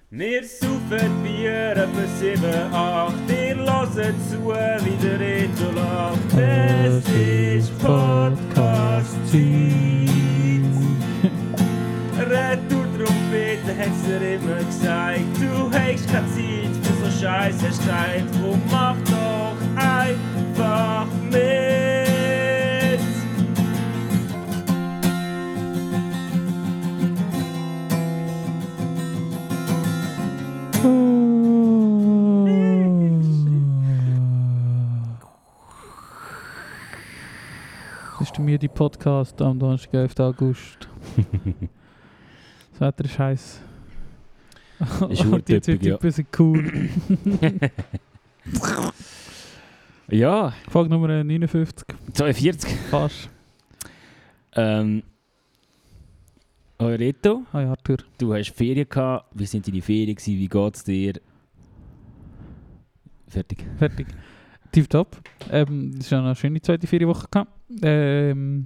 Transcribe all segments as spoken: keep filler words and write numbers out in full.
Wir saufen Bier etwa sieben, acht. Ihr hört zu, wie der Reto lacht. Es ist Podcast-Zeit. Retour-Trompete hat's dir immer gesagt. Du hast keine Zeit für so Scheiß, hast Zeit. Drum mach doch einfach mit. Das ist der Müde Podcast am Donnerstag, elften August. Das Wetter ist heiß. Ist und jetzt wird ja. ein bisschen cool. Ja. Folge Nummer neunundfünfzig. zweiundvierzig. Fast. Ähm. Hoi Reto. Hi Arthur. Du hast Ferien gehabt. Wie sind deine Ferien gewesen? Wie geht's dir? Fertig. Fertig. Tipptopp. Ähm, das war eine schöne zweite Ferienwoche. Ähm,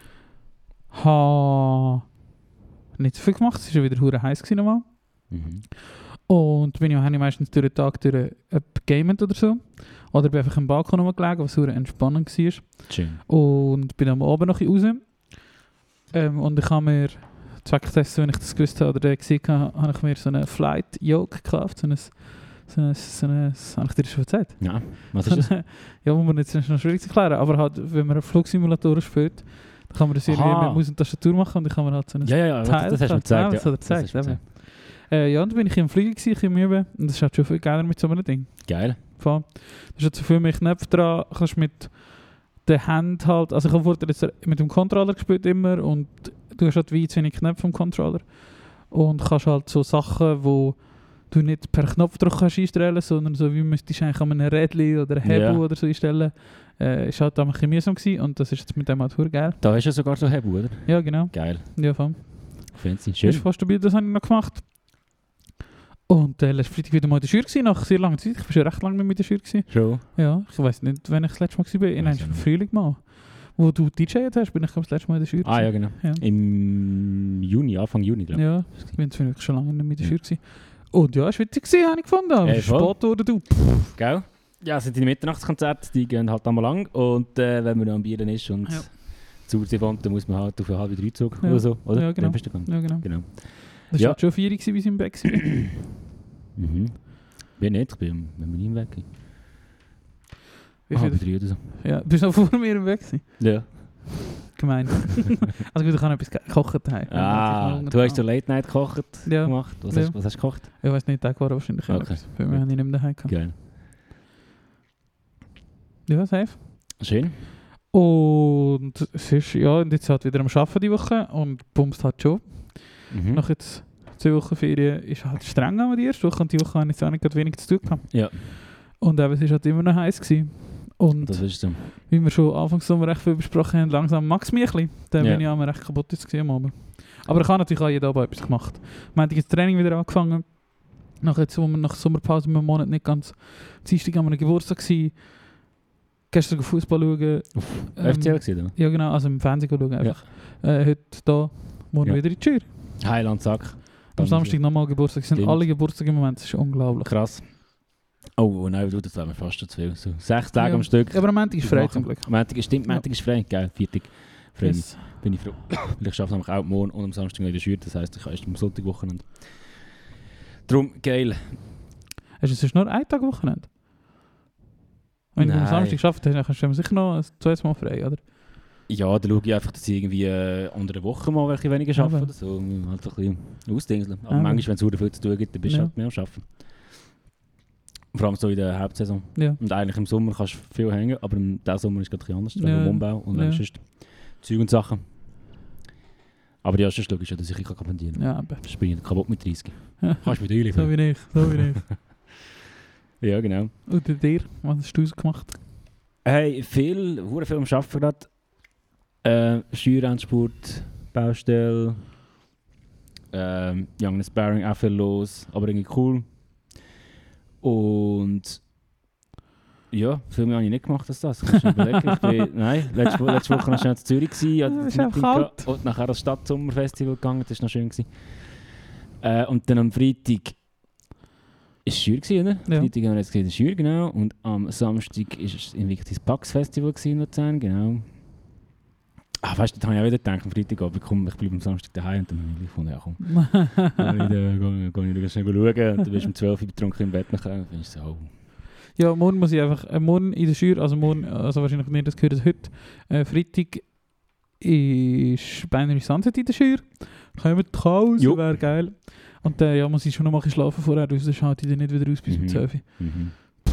ha nicht so viel gemacht. Es war schon wieder hure heiß nochmal. Mhm. Und bin ich auch meistens durch den Tag durch äh, gegamet oder so. Oder bin einfach im Balkon rumgelegen, was hure entspannend war. Schön. Und bin am Abend noch ein bisschen raus. Ähm, und ich habe mir, zweckdessen, wenn ich das gewusst habe oder den gesehen habe, habe ich mir so eine Flight Yoke gekauft. So ein, so ein, so ein, habe ich dir das schon erzählt? Ja, was ist das? Ja, muss man jetzt ist noch schwierig zu erklären, aber halt, wenn man Flugsimulatoren spielt, dann kann man das irgendwie Aha. mit Maus und Tastatur machen und dann kann man halt so ein Ja, ja, ja, Teil das hast du mir gezeigt. Ja, das hat er Das hast gezeigt. du mir eben. Äh, ja, und dann bin ich im Flieger gewesen, ich im Üben, und das ist halt schon viel geiler mit so einem Ding. Geil. Voll. Das ist halt so viel mehr Knöpfe dran, kannst mit der Hand halt, also ich habe vorher jetzt mit dem Controller gespielt immer und du hast halt wie zu wenig Knöpfe vom Controller und kannst halt so Sachen, wo du nicht per Knopfdruck kannst einstellen, sondern so wie müsstest du eigentlich an einem Rädchen oder einem Hebel Ja. oder so einstellen. Äh, ist halt auch ein bisschen mühsam gewesen und das ist jetzt mit dem halt verdammt geil. Da hast du ja sogar so Hebel, oder? Ja, genau. Geil. Ja, voll. Fancy. Das Schön. ist fast dabei, das habe ich noch gemacht. Und äh, letzten Freitag wieder mal in der Schür gewesen, nach sehr langer Zeit. Ich war schon recht lange nicht mehr in der Schür gewesen. Schon. Ja, ich weiss nicht, wenn ich das letzte Mal war. In Weiss einem ich nicht. Frühling mal. Wo du D J hast, bin ich glaub, das letzte Mal in der Schür Ah ja, genau. Ja. Im Juni, Anfang Juni, glaube ich. Ja, ich bin jetzt wirklich schon lange nicht mehr in der Ja. Schür gewesen. Und ja, es war witzig gewesen, habe ich gefunden. Aber Hey, es ist voll. spät geworden, du. Gell? Ja, es sind die Mitternachtskonzerte, die gehen halt einmal lang. Und äh, wenn man noch am Bieren ist und Ja. zu Uhr wohnt, dann muss man halt auf einen halben drei Zug Ja. oder so, oder? Ja, genau. Dann bist du gegangen. Ja, genau. Genau. Das war Ja. halt schon vier gewesen, wie sie im Bett waren. Mhm. Bin nicht, ich bin mit mir im Weg. Wie Halb viel? drei oder so. Ja, bist du noch vor mir im Bett gewesen? Ja. Gemein. Also gut, ich habe etwas gekocht daheim. Ah, du hast so Late Night gekocht Ja. gemacht. Was, Ja. hast, was hast du gekocht? Ich weiß nicht, Tag war wahrscheinlich Okay. etwas. Für mich habe ich nicht mehr daheim gehabt. Geil. Ja, safe. Schön. Und es ist, ja, und jetzt halt wieder am Arbeiten die Woche und bumst halt schon. Mhm. Nach jetzt zwei Wochen Ferien ist halt streng an die erste Woche und die Woche habe ich jetzt auch nicht gerade wenig zu tun gehabt. Ja, Und eben, es ist halt immer noch heiß gewesen. Und das ist so. wie wir schon Anfangs Sommer recht viel besprochen haben, langsam Max mich ein bisschen. Dann Ja. bin ich auch recht kaputt jetzt gewesen am Abend. Aber ich habe natürlich auch jeden Abend etwas gemacht. Ich habe das Training wieder angefangen. Nach, jetzt, wo wir nach der Sommerpause einen Monat nicht ganz Dienstag an meinem Geburtstag gewesen. Gestern Fußball schauen. Ähm, F C L gewesen, oder? Ja genau, also im Fernsehen schauen einfach. Äh, heute da, morgen Ja. wieder in die Schür. Heiland Sack. Am Samstag nochmal Geburtstag. Es sind Stimmt. alle Geburtstage im Moment, das ist unglaublich. Krass. Oh, nein, du, das wäre mir fast zu viel. So sechs Tage Ja. am Stück. Aber am Montag ist frei machen. zum Glück. Montag ist, stimmt, Montag ist frei. Geil, Viertag. Frei. Yes. Bin ich froh. Weil ich schaffe nämlich auch morgen und am Samstag noch in der Schür. Das heisst, ich kann erst am Sonntag Wochenende. Darum, geil. Hast du sonst nur einen Tag Wochenende? Wenn du am Nein. Samstag geschafft hast, dann kannst du sicher noch ein zweites Mal frei, oder? Ja, dann schaue ich einfach, dass ich irgendwie äh, unter der Woche mal welche weniger arbeite Aber. oder so. Und halt so ein bisschen ausdingseln. Aber Aber. manchmal, wenn es sehr viel zu tun gibt, dann bist du Ja. halt mehr am Arbeiten. Vor allem so in der Hauptsaison. Ja. Und eigentlich im Sommer kannst du viel hängen, aber im diesen Sommer ist es gerade ein bisschen anders, wegen Ja. dem Umbau und Ja. wegen sonst Zeug und Sachen. Aber ja, sonst logisch, ja, dass ich kann kompensieren kann. Ja, aber. Sonst bin ich nicht kaputt mit dreißig. Kannst du mit Eule So wie ich, so wie ich. Ja, genau. Und dir, was hast du gemacht? Hey, viel, sehr viel am Arbeiten gerade. Äh, Steuerendspurt, Baustelle, ähm, Young Sparring, auch viel los, aber irgendwie cool. Und ja, viel mehr habe ich nicht gemacht als das. Kannst du dir überlegen. Ich bin, nein, letzte, Wo- letzte Woche noch schnell in Zürich gewesen, hatte Ja, das ist auch Meeting kalt. gehabt und nachher das Stadtsommerfestival gegangen, das war noch schön gewesen. Äh, und dann am Freitag ist Schür gewesen, oder? Ja. Freitag haben wir jetzt gesehen, Schür, genau. Und am Samstag war es Invictus Pax Festival in Luzern, genau. Ah, weißt du, da habe ich auch wieder gedacht, am Freitagabend, komm, ich bleibe am Samstag daheim und dann habe ich gefunden, ja komm, gehe ich schnell schauen und dann bist du um zwölf Uhr betrunken im Bett nachher und dann ist so, oh. Ja, morgen muss ich einfach, äh, morgen in der Schür, also morgen, also wahrscheinlich nicht, das gehört heute, äh, Freitag ist Binary Sunset in der Schür. Kommt raus, Jo. wäre geil. Und äh, ja, muss ich schon noch mal ein bisschen schlafen vorher, sonst schaut ich dann nicht wieder raus bis um Mhm. zwölf Uhr. Mhm.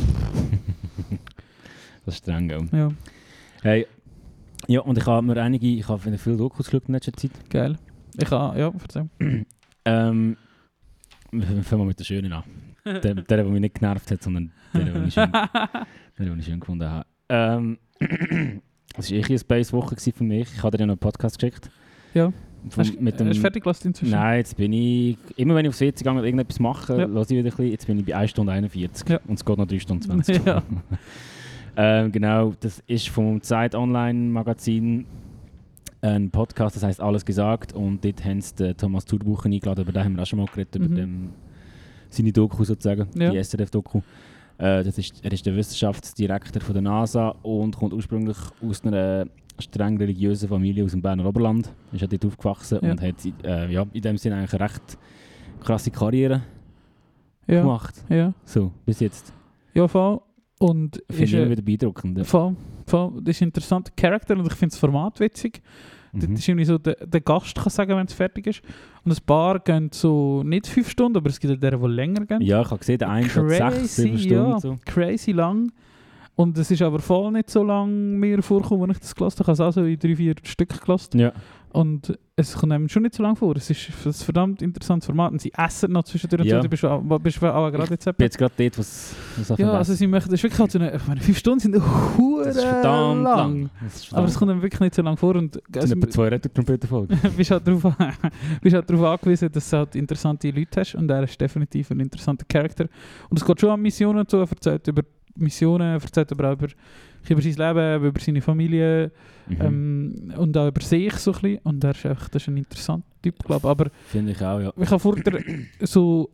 Das ist streng, gell? Ja, Hey, ja, und ich habe mir einige, ich habe viele Dokus geschaut in letzter Zeit. geil. Ich kann, ja, erzähl. Ähm, wir fangen mal mit der Schönen an. Der, der, der mich nicht genervt hat, sondern der, den ich schön, der, den ich schön gefunden habe. Ähm, das war eh eine Space-Woche für mich. Ich habe dir ja noch einen Podcast geschickt. Ja. Vom, Hast mit du dem, fertig gelassen inzwischen? Nein, jetzt bin ich, immer wenn ich aufs W C gehe und irgendetwas mache, Ja. höre ich wieder ein bisschen. Jetzt bin ich bei einer Stunde einundvierzig Ja. und es geht noch drei Stunden zwanzig. Ja. ähm, genau, das ist vom Zeit Online Magazin ein Podcast, das heisst «Alles gesagt» und dort haben sie den Thomas Thurbucher eingeladen, über den haben wir auch schon mal geredet, Mhm. über dem, seine Doku sozusagen, Ja. die S R F-Doku. Äh, das ist, er ist der Wissenschaftsdirektor von der NASA und kommt ursprünglich aus einer streng religiösen Familie aus dem Berner Oberland. Ist ja dort aufgewachsen Ja. und hat äh, ja, in dem Sinne eigentlich eine recht krasse Karriere Ja. gemacht. Ja. So, bis jetzt. Ja, voll. Und Finde ist, ich immer äh, wieder beeindruckend. Ja. voll, voll. Das ist ein interessanter Charakter und ich finde das Format witzig. Das Mhm. ist irgendwie so, der, der Gast kann sagen, wenn es fertig ist. Und ein paar gehen so nicht fünf Stunden, aber es gibt auch deren, die länger gehen. Ja, ich habe gesehen, der eine hat sechs, sieben Stunden. ja, So. crazy lang. Und es ist aber voll nicht so lang mir vorgekommen, als ich das gelassen habe. Ich habe es auch so in drei, vier Stück gelassen. Ja. Und es kommt einem schon nicht so lang vor. Es ist ein verdammt interessantes Format. Und sie essen noch zwischendurch. und Ja. so. Du bist auch, bist auch gerade jetzt Ich bin jetzt gerade dort, was, was auf dem Ja, also Essen- sie möchten, das ist wirklich halt so eine, ich meine, fünf Stunden sind hure Das ist verdammt lang. lang. Das ist Aber es verdammt- kommt einem wirklich nicht so lang vor. Und Das sind etwa zwei Retro-Trompeten-Folgen. du bist halt darauf bist halt darauf angewiesen, dass du halt interessante Leute hast. Und er ist definitiv ein interessanter Charakter. Und es geht schon an Missionen und so. Er erzählt über Missionen, er erzählt aber auch über, über sein Leben, über seine Familie Mhm. ähm, und auch über sich so ein bisschen. Und er ist einfach, das ist ein interessanter Typ, glaube ich. Aber Finde ich auch, ja. ich habe vorher so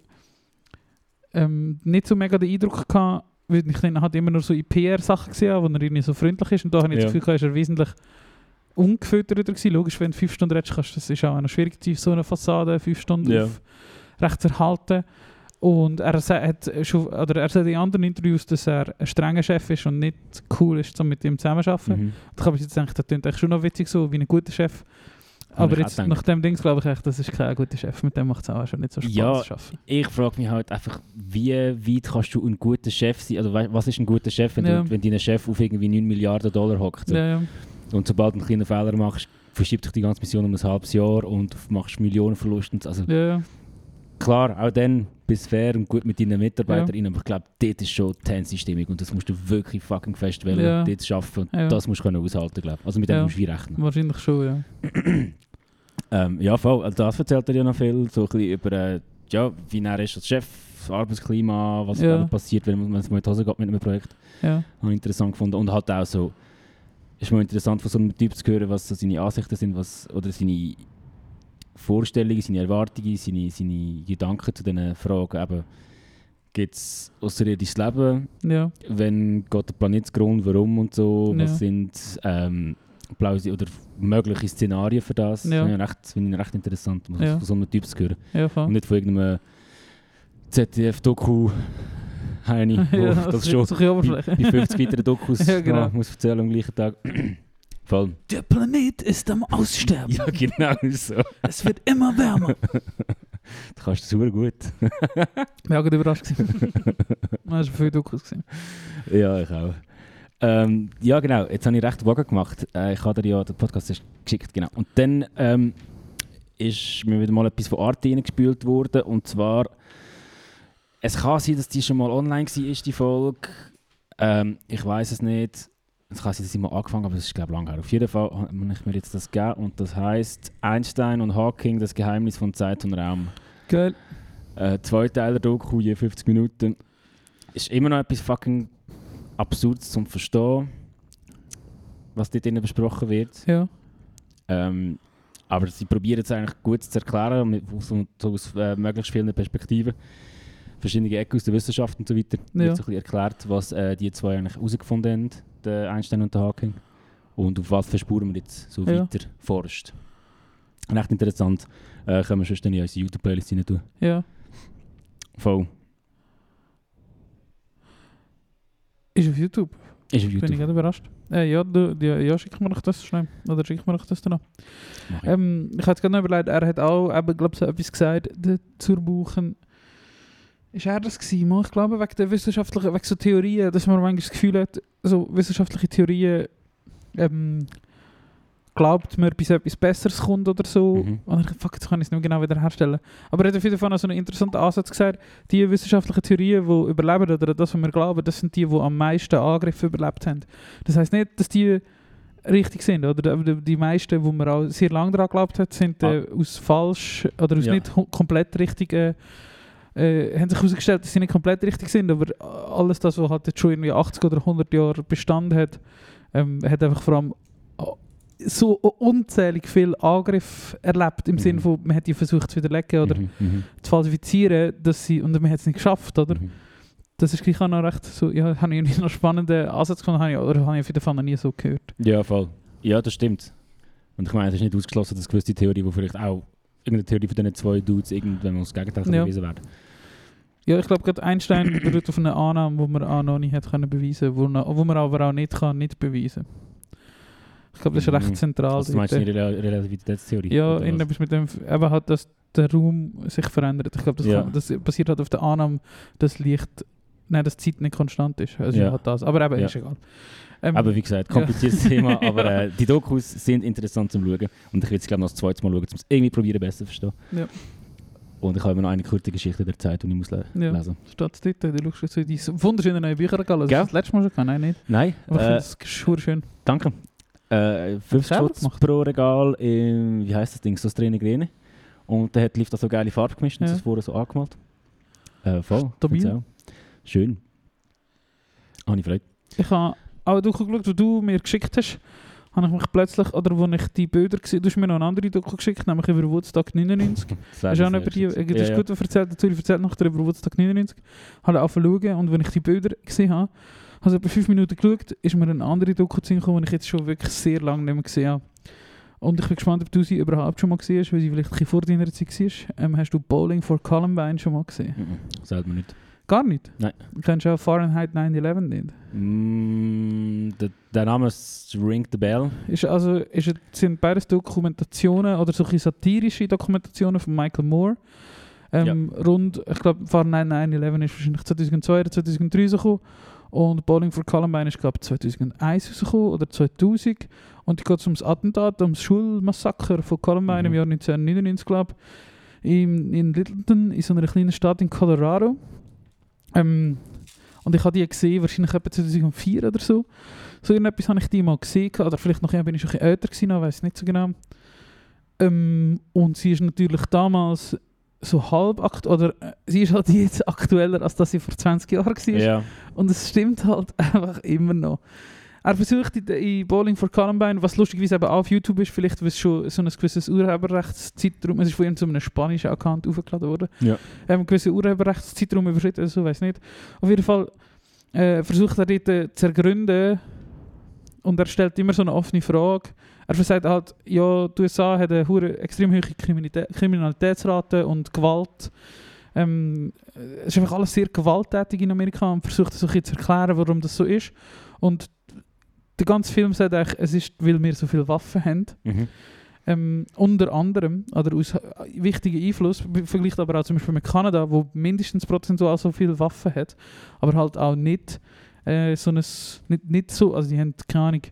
ähm, nicht so mega den Eindruck gehabt, weil ich dann halt immer nur so in P R-Sachen gesehen habe, wo er irgendwie so freundlich ist. Und da habe ich Ja. das Gefühl gehabt, ist er wesentlich ungefilterter gewesen. Logisch, wenn du fünf Stunden redest, kannst, das ist auch noch schwierig, so eine Fassade fünf Stunden Ja. auf recht zu erhalten. Und er sa- hat schon, oder er sagt in anderen Interviews, dass er ein strenger Chef ist und nicht cool ist, um mit ihm zusammenzuarbeiten. Mhm. Da habe ich jetzt gedacht, das klingt eigentlich schon noch witzig, so wie ein guter Chef. Habe Aber ich auch jetzt gedacht. nach dem Ding glaube ich echt, das ist kein guter Chef. Mit dem macht es auch schon nicht so Spaß Ja. zu arbeiten. Ich frage mich halt einfach, wie weit kannst du ein guter Chef sein? Also we- was ist ein guter Chef, wenn, Ja. du, wenn dein Chef auf irgendwie neun Milliarden Dollar hockt? So. Ja, ja. Und sobald du einen kleinen Fehler machst, verschiebt dich die ganze Mission um ein halbes Jahr und machst Millionenverluste. und so. Also Ja, ja. klar, auch dann bist du fair und gut mit deinen MitarbeiterInnen, aber ich glaube, dort ist schon die tense Stimmung und das musst du wirklich fucking fest wählen, Ja. dort zu arbeiten und Ja. das musst du können aushalten, glaube ich. Also mit dem Ja. musst du wie rechnen. Wahrscheinlich schon, ja. Ähm, ja, voll. Also das erzählt er ja noch viel, so ein bisschen über äh, ja, wie er ist als Chef, das Arbeitsklima, was Ja. gerade passiert, wenn man- wenn es mal in die Hose geht mit einem Projekt. Ja, Habe ich interessant gefunden. Und halt auch so, ist mal interessant von so einem Typ zu hören, was so seine Ansichten sind, was, oder seine Vorstellungen, seine Erwartungen, seine, seine Gedanken zu diesen Fragen. Eben, gibt es außerirdisches Leben? ja. Wenn geht der Planet zugrunde, warum und so? Ja. Was sind ähm, plausi oder mögliche Szenarien für das? Ja. Das finde ich recht, finde ich recht interessant, um Ja. von so einem Typ zu hören. Ja, Und voll. nicht von irgendeinem Z D F-Doku, Heini, wo Ja, das ist schon so ein bisschen bei, Oberfläche. bei fünfzig weiteren Dokus Ja, genau. ja, muss erzählen am gleichen Tag. Voll. Der Planet ist am Aussterben. Ja, genau so. Es wird immer wärmer. Du kannst das super gut. Ich war gerade überrascht. gewesen. Du hast schon viele Dokus gesehen. Ja, ich auch. Ähm, ja, genau. Jetzt habe ich recht Wagen gemacht. Äh, ich habe dir ja den Podcast erst geschickt, genau. Und dann ähm, ist mir wieder mal etwas von Arte reingespült worden. Und zwar, es kann sein, dass die schon mal online war, die Folge. Ähm, ich weiß es nicht. Es kann sein, dass ich mal angefangen habe, aber das ist, glaube ich, lange her. Auf jeden Fall habe ich mir jetzt das gegeben. Und das heisst Einstein und Hawking, das Geheimnis von Zeit und Raum. Geil. Äh, zwei Teile Doku, je fünfzig Minuten. Ist immer noch etwas fucking Absurdes zum Verstehen, was dort drinnen besprochen wird. Ja. Ähm, aber sie probieren es eigentlich gut zu erklären, mit, so, so aus äh, möglichst vielen Perspektiven. verschiedene Ecken aus der Wissenschaft und so weiter. Ja. Wird so ein bisschen erklärt, was äh, die zwei eigentlich herausgefunden haben, der Einstein und der Hawking. Und auf was für Spuren man jetzt so Ja. weiter forscht. Und echt interessant. Äh, können wir sonst dann in unsere YouTube-Playlist rein tun. Ja. Voll. Ist auf YouTube. Ist auf Bin ich YouTube. gerade überrascht. Äh, ja, du, ja, ja, schick mir doch das schnell. Oder schick mir doch das dann an. Mach ich. Ähm, ich habe gerade noch überlegt, er hat auch, eben, glaub, so etwas gesagt, der zur Buchen. Ist er das gewesen? Mal? Ich glaube, wegen der wissenschaftlichen, wegen so Theorien, dass man manchmal das Gefühl hat, so wissenschaftliche Theorien, ähm, glaubt man, bis etwas Besseres kommt oder so. Mhm. Und ich, fuck, jetzt kann ich es nicht mehr genau wieder herstellen. Aber er hat auf jeden Fall noch so einen interessanten Ansatz gesagt, die wissenschaftlichen Theorien, die überleben oder das, was wir glauben, das sind die, die am meisten Angriffe überlebt haben. Das heisst nicht, dass die richtig sind, oder? Aber die meisten, die man auch sehr lange daran geglaubt hat, sind äh, aus falsch oder aus Ja. nicht ho- komplett richtig, äh, äh, haben sich herausgestellt, dass sie nicht komplett richtig sind, aber alles das, was halt jetzt schon irgendwie achtzig oder hundert Jahre Bestand hat, ähm, hat einfach vor allem so unzählig viel Angriff erlebt, im Mhm. Sinne von, man hat die versucht zu widerlegen oder Mhm, mhm, zu falsifizieren, dass sie, und man hat es nicht geschafft, oder? mhm. Das ist gleich auch noch recht so, ja, habe ich irgendwie noch einen spannenden Ansatz gefunden, habe ich, oder habe ich auf jeden Fall noch nie so gehört. Ja, voll. Ja, das stimmt. Und ich meine, es ist nicht ausgeschlossen, dass gewisse Theorie, die vielleicht auch irgendeine Theorie von diesen zwei Dudes irgendwann mal das Gegenteil Ja. bewiesen werden. Ja, ich glaube, gerade Einstein beruht auf einer Annahme, die man auch noch nicht hat können beweisen, wo, noch, wo man aber auch nicht kann, nicht beweisen. Ich glaube, das ist recht Mhm. zentral. Also, du meinst dort. die Rel Relativitätstheorie? Ja, oder was? irgendetwas mit dem, eben halt, dass der Raum sich verändert. Ich glaube, das, Ja. kann- das basiert halt auf der Annahme, dass Licht, nein, dass die Zeit nicht konstant ist. Also Ja. halt das. Aber eben, Ja. ist egal. Ähm, Aber wie gesagt, ja. kompliziertes Thema, aber äh, die Dokus sind interessant zum Schauen. Und ich will es glaube noch das zweite Mal schauen, um es irgendwie probieren, besser zu verstehen. Ja. Und ich habe immer noch eine kurze Geschichte der Zeit, die ich muss le Ja. lesen Steht dort, du schaust jetzt so in diese wunderschönen neuen Bücherregale. Also Gell? das letzte Mal schon gehabt? Nein, nicht. Nein, Aber ich äh, finde das schwer schön. danke. Äh, fünfzig selber Schutz gemacht? pro Regal im, wie heisst das Ding, so Strähne Grene. Und der hat Lift da so geile Farbe gemischt und Ja. das vorher so angemalt. Äh, voll, Stabil. find's auch. Schön. Habe ich Freude. Ich habe auch durchgeschaut, wo du mir geschickt hast, habe ich mich plötzlich, oder wo ich die Bilder gesehen, du hast mir noch eine andere Doku geschickt, nämlich über Woodstock neunundneunzig. Das Hast du auch noch über die, äh, das ist gut, was du erzählt hast, du erzählt nachher über Woodstock neunundneunzig. Habe angefangen schauen und wenn ich die Bilder gesehen habe, habe ich etwa fünf Minuten geschaut, ist mir eine andere Doku zu gekommen, die ich jetzt schon wirklich sehr lange nicht mehr gesehen habe. Und ich bin gespannt, ob du sie überhaupt schon mal gesehen hast, weil sie vielleicht ein bisschen vor deiner Zeit war. Ähm, hast du Bowling for Columbine schon mal gesehen? Mhm. Sagt mir nicht. Gar nicht? Nein. Kennst du auch Fahrenheit neun elf nicht? Mm, der, der Name ist ringt the bell. Ist also, ist, es- sind beides Dokumentationen oder solche satirische Dokumentationen von Michael Moore. Ähm, Rund, ich glaube, Fahrenheit neun elf ist wahrscheinlich zweitausendzwei oder zweitausenddrei rausgekommen. Und Bowling for Columbine ist, glaube ich, zweitausendeins rausgekommen oder zweitausend. Und die geht ums Attentat, ums Schulmassaker von Columbine Mhm. im Jahr neunzehnhundertneunundneunzig, glaube ich. In, in Littleton, in so einer kleinen Stadt in Colorado. Ähm, und ich habe die gesehen, wahrscheinlich etwa zweitausendvier oder so. So irgendetwas habe ich die mal gesehen. Oder vielleicht noch, ja, bin ich schon ein bisschen älter gewesen, ich weiß nicht so genau. Ähm, und sie ist natürlich damals so halb aktuell, oder äh, sie ist halt jetzt aktueller, als dass sie vor zwanzig Jahren war. Ja. Und es stimmt halt einfach immer noch. Er versucht in, in Bowling for Columbine, was lustigerweise eben auch auf YouTube ist, vielleicht weil es schon so ein gewisses Urheberrechtszeitraum, es ist von ihm zu einem spanischen Account aufgeladen worden, Ja. ähm, ein gewisser Urheberrechtszeitraum überschritten, also weiß nicht. Auf jeden Fall äh, versucht er dort äh, zu ergründen und er stellt immer so eine offene Frage. Er sagt halt, ja, die U S A hat eine hure extrem hohe Kriminalität, Kriminalitätsrate und Gewalt. Ähm, es ist einfach alles sehr gewalttätig in Amerika und versucht so ein bisschen zu erklären, warum das so ist. Und der ganze Film sagt eigentlich, es ist, weil wir so viele Waffen haben. Mhm. Ähm, unter anderem, oder aus wichtigen Einfluss, vergleicht aber auch zum Beispiel mit Kanada, wo mindestens prozentual so viele Waffen hat, aber halt auch nicht äh, so ein, nicht, nicht so, also die haben, keine Ahnung,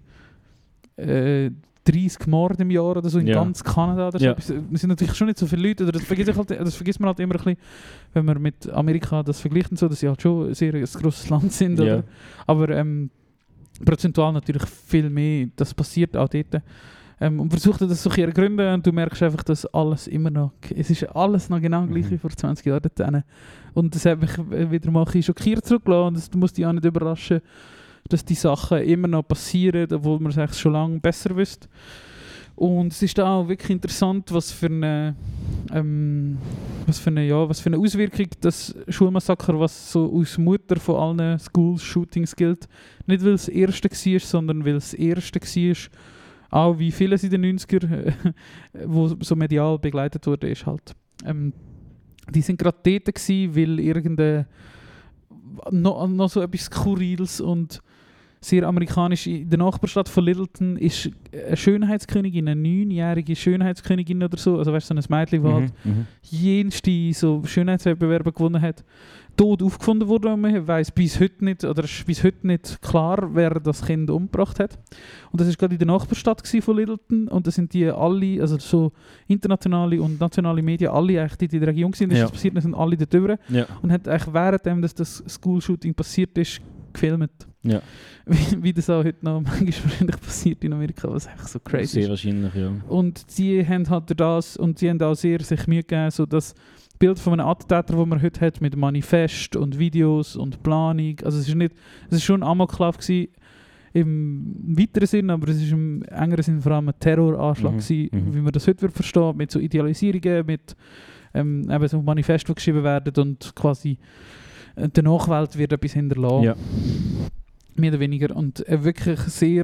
äh, dreißig Morde im Jahr oder so in Ja. ganz Kanada oder so. Ja. Es sind natürlich schon nicht so viele Leute, oder das vergisst, halt, das vergisst man halt immer ein bisschen, wenn man mit Amerika das vergleicht und so, dass sie halt schon ein sehr ein grosses Land sind, Ja. oder? Aber ähm, prozentual natürlich viel mehr, das passiert auch dort. Ähm, und versucht das so ein bisschen zu ergründen und du merkst einfach, dass alles immer noch, es ist alles noch genau gleich Mhm. wie vor zwanzig Jahren dort. Und das hat mich wieder mal ein bisschen schockiert zurückgelassen und das muss dich auch nicht überraschen, dass die Sachen immer noch passieren, obwohl man es eigentlich schon lange besser wüsste. Und es ist da auch wirklich interessant, was für eine, ähm, was für eine, ja, was für eine Auswirkung das Schulmassaker, was so als Mutter von allen School-Shootings gilt, nicht weil es das erste war, sondern weil es das erste war, auch wie vieles in den neunziger, wo so medial begleitet wurde, ist halt. Ähm, die sind gerade dort gewesen, weil irgendein noch, noch so etwas Skurriles und sehr amerikanisch. In der Nachbarstadt von Littleton ist eine Schönheitskönigin, eine neunjährige Schönheitskönigin oder so, also weißt du, so ein Mädchen, das Mhm, halt mhm. jenste so Schönheitswettbewerbe gewonnen hat, tot aufgefunden wurde. Und man weiss bis heute nicht, oder es ist bis heute nicht klar, wer das Kind umgebracht hat. Und das war gerade in der Nachbarstadt von Littleton und da sind die alle, also so internationale und nationale Medien, alle eigentlich die in der Region sind, das Ja. ist passiert, sind alle dort drüber Ja. und hat eigentlich währenddem, dass das School-Shooting passiert ist, gefilmt. Ja. Wie, wie das auch heute noch manchmal wahrscheinlich passiert in Amerika, was echt so crazy Sehr ist. wahrscheinlich, ja. Und sie haben halt durch das und sie haben auch sehr sich Mühe gegeben, so das Bild von einem Attentäter, das man heute hat, mit Manifest und Videos und Planung. Also es ist nicht, es ist schon ein Amoklauf gewesen, im weiteren Sinn, aber es ist im engeren Sinn vor allem ein Terroranschlag Mhm, gewesen, mhm. wie man das heute wird verstehen, mit so Idealisierungen, mit ähm, eben so Manifest, die geschrieben werden und quasi äh, der Nachwelt wird etwas hinterlassen. Ja. Mehr oder weniger. Und eine wirklich sehr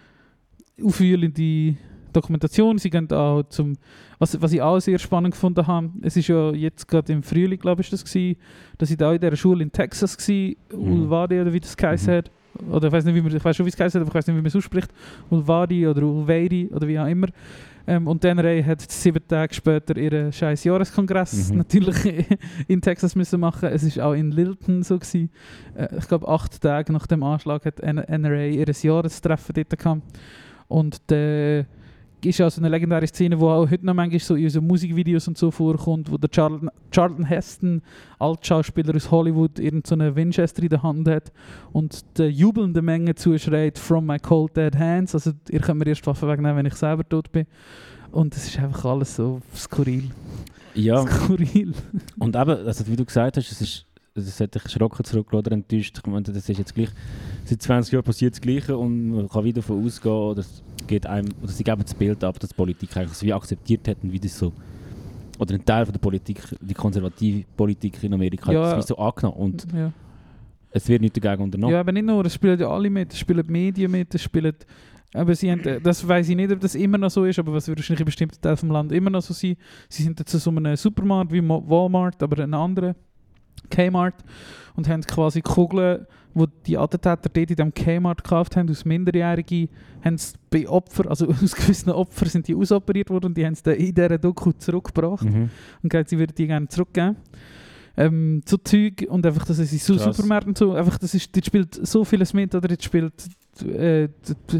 aufwühlende Dokumentation. Sie gehen auch zum, was, was ich auch sehr spannend gefunden habe, es ist ja jetzt gerade im Frühling, glaube ich, das gewesen, dass ich da in dieser Schule in Texas war, Mhm. Uvalde oder wie das geheißen Mhm. hat. Oder ich weiß nicht, wie man, ich weiß schon, wie es geheißen hat, aber ich weiß nicht, wie man es ausspricht. Uvalde oder Uvalde oder wie auch immer. Ähm, und die N R A hat sieben Tage später ihren scheiß Jahreskongress Mhm. natürlich in Texas müssen machen. Es ist auch in Littleton so gewesen. Äh, ich glaube, acht Tage nach dem Anschlag hat N R A ihr Jahrestreffen dort gehabt. Und der ist ja so eine legendäre Szene, die auch heute noch manchmal so in unseren Musikvideos und so vorkommt, wo der Charlton, Charlton Heston, Altschauspieler aus Hollywood, irgendeine so Winchester in der Hand hat und der jubelnde Menge zuschreit «From my cold dead hands». Also ihr könnt mir erst Waffen wegnehmen, wenn ich selber tot bin. Und es ist einfach alles so skurril. Ja, Skurril. und eben, also wie du gesagt hast, es ist, das hat dich erschrocken zurückgelassen oder enttäuscht. Ich meine, das ist jetzt gleich, seit zwanzig Jahren passiert das Gleiche und man kann wieder davon ausgehen, oder es geht einem, oder sie geben das Bild ab, dass die Politik eigentlich so wie akzeptiert hat und wie das so, oder ein Teil von der Politik, die konservative Politik in Amerika, Ja. hat das wie so angenommen und Ja. es wird nicht dagegen unternommen. Ja, aber nicht nur, es spielen ja alle mit, es spielen die Medien mit, es spielen, aber sie haben, das weiss ich nicht, ob das immer noch so ist, aber was wird wahrscheinlich in bestimmten Teilen vom Land immer noch so sein. Sie sind jetzt so einem Supermarkt wie Mo- Walmart, aber einen anderen Kmart und haben quasi Kugeln, die die Attentäter dort in diesem Kmart gekauft haben, aus Minderjährigen, haben es bei Opfern, also aus gewissen Opfern sind die ausoperiert worden und die haben es dann in dieser Doku zurückgebracht Mhm. und gesagt, sie würden die gerne zurückgeben. Ähm, so Zeug und einfach, dass es in so Krass. Supermärkten und so, einfach, das ist, dort spielt so vieles mit, oder jetzt spielt äh, d- d-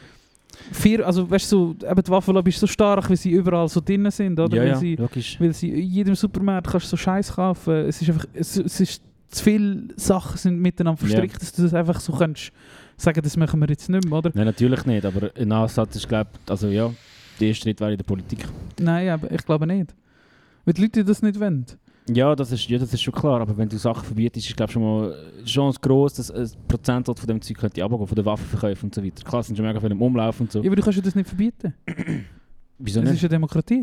vier, also weißt du, so, eben die Waffenlobby ist so stark, weil sie überall so drin sind, oder? Ja, weil, ja, sie, logisch. weil sie in jedem Supermarkt kannst du so Scheiß kaufen, es ist einfach, es, es ist zu viele Sachen sind miteinander verstrickt, Ja. dass du das einfach so kannst sagen, das machen wir jetzt nicht mehr, oder? Nein, natürlich nicht, aber ein Ansatz ist, glaube ich, also ja, der erste Schritt wäre in der Politik. Nein, aber ich glaube nicht. Weil die Leute das nicht wollen. Ja, das ist, ja, das ist schon klar, aber wenn du Sachen verbietest, ist glaube schon mal die Chance gross, dass ein Prozentsatz von dem Zeug könnte runtergehen, von den Waffenverkäufen und so weiter. Klar, es sind schon mega viele im Umlauf und so. Ja, aber du kannst ja das nicht verbieten. Wieso Es ist nicht? eine Demokratie.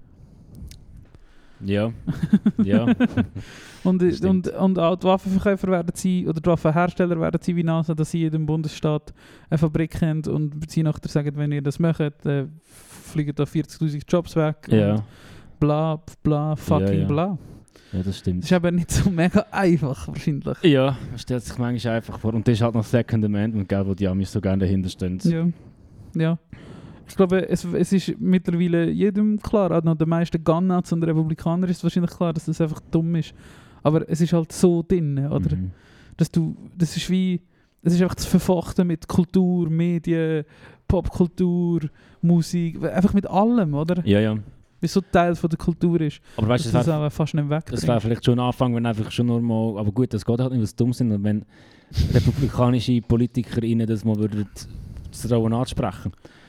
Ja, ja. Und, Stimmt. und, und auch die Waffenverkäufer werden sie, oder die Waffenhersteller werden sie wie NASA, dass sie in jedem Bundesstaat eine Fabrik haben und sie nachher sagen, wenn ihr das macht, äh, fliegen da vierzigtausend Jobs weg. ja. Und bla, bla, fucking Ja, ja. bla. Ja, das stimmt. Das ist aber nicht so mega einfach, wahrscheinlich. Ja, man stellt sich manchmal einfach vor. Und das ist halt noch Second Amendment, gell, wo die Amis so gerne dahinter stehen. Ja. Ja. Ich glaube, es, es ist mittlerweile jedem klar, auch noch den meisten Gun-Nuts und Republikanern ist es wahrscheinlich klar, dass das einfach dumm ist. Aber es ist halt so drin, oder? Mhm. Dass du, das ist wie, es ist einfach zu verfochten mit Kultur, Medien, Popkultur, Musik, einfach mit allem, oder? Ja, ja. Wie so Teil von der Kultur ist. Aber weißt du, dass das du wäre das auch fast nicht das wär wegbringst. vielleicht schon ein Anfang, wenn einfach schon normal. Aber gut, das geht halt nicht, weil sie dumm sind. Und wenn republikanische PolitikerInnen das mal würden zu trauen ansprechen.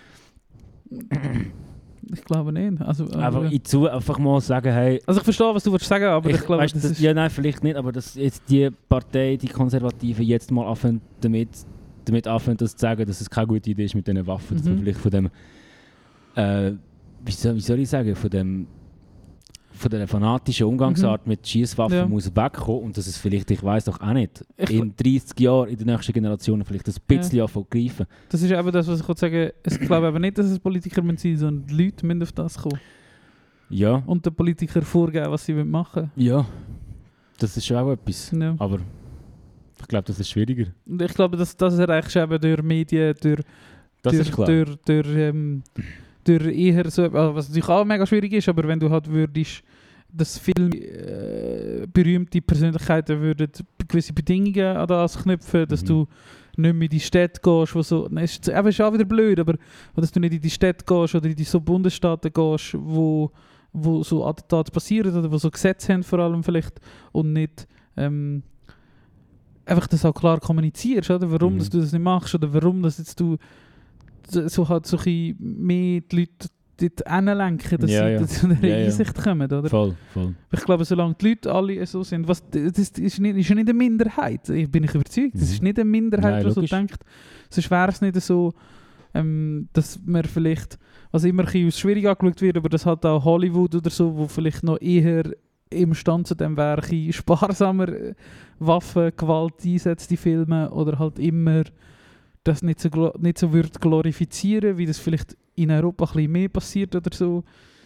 Ich glaube nicht. Also, Einfach, äh, in zu, einfach mal sagen, hey. also ich verstehe, was du willst sagen, aber ich, glaube, weißt, das das, ist... ja, nein, vielleicht nicht, aber dass jetzt die Partei, die Konservativen, jetzt mal anfangen, damit, damit anfangen, das zu sagen, dass es keine gute Idee ist mit diesen Waffen, dass man Mhm. vielleicht von dem äh, wie, soll, wie soll ich sagen, von dem von der fanatischen Umgangsart Mhm. mit Schiesswaffen Ja. muss wegkommen und dass es vielleicht, ich weiß doch auch nicht, Ich- in dreißig Jahren, in den nächsten Generationen vielleicht ein bisschen anfangen zu greifen. Das ist eben das, was ich sagen wollte. Ich glaube aber nicht, dass es Politiker sein müssen, sondern die Leute müssen auf das kommen. Ja, Und den Politikern vorgeben, was sie machen ja, das ist schon auch etwas. wollen. Ja. Aber ich glaube, das ist schwieriger. Und ich glaube, das, das erreichst du eben durch Medien, durch, Das durch, ist klar. durch, durch, ähm, durch eher so, also was natürlich auch mega schwierig ist, aber wenn du halt würdest, dass viele äh, berühmte Persönlichkeiten würden gewisse Bedingungen an das knüpfen, dass Mhm. du nicht mehr in die Städte gehst, wo so, nein, ist eben ist auch wieder blöd, aber dass du nicht in die Städte gehst oder in die so Bundesstaaten gehst, wo, wo so Attentate passieren oder wo so Gesetze haben vor allem vielleicht und nicht ähm, einfach das auch klar kommunizierst, oder? Warum Mhm. dass du das nicht machst oder warum dass jetzt du so, so halt so ein bisschen mehr die Leute dort hinlenken, dass Ja, sie ja. zu einer Ja, ja. Einsicht kommen, oder? Voll, voll. Ich glaube, solange die Leute alle so sind, was, das ist, ist, nicht, ist ja nicht eine Minderheit, ich bin ich überzeugt, das Mhm. ist nicht eine Minderheit, Nein, die so logisch. denkt. Sonst wäre es nicht so, ähm, dass man vielleicht, was immer ein bisschen als schwierig angeschaut wird, aber das hat auch Hollywood oder so, wo vielleicht noch eher imstande zu dem wäre, ein bisschen sparsamer äh, Waffengewalt einsetzt, die Filme, oder halt immer das nicht so, glo- nicht so wird glorifizieren, wie das vielleicht in Europa ein bisschen mehr passiert oder so.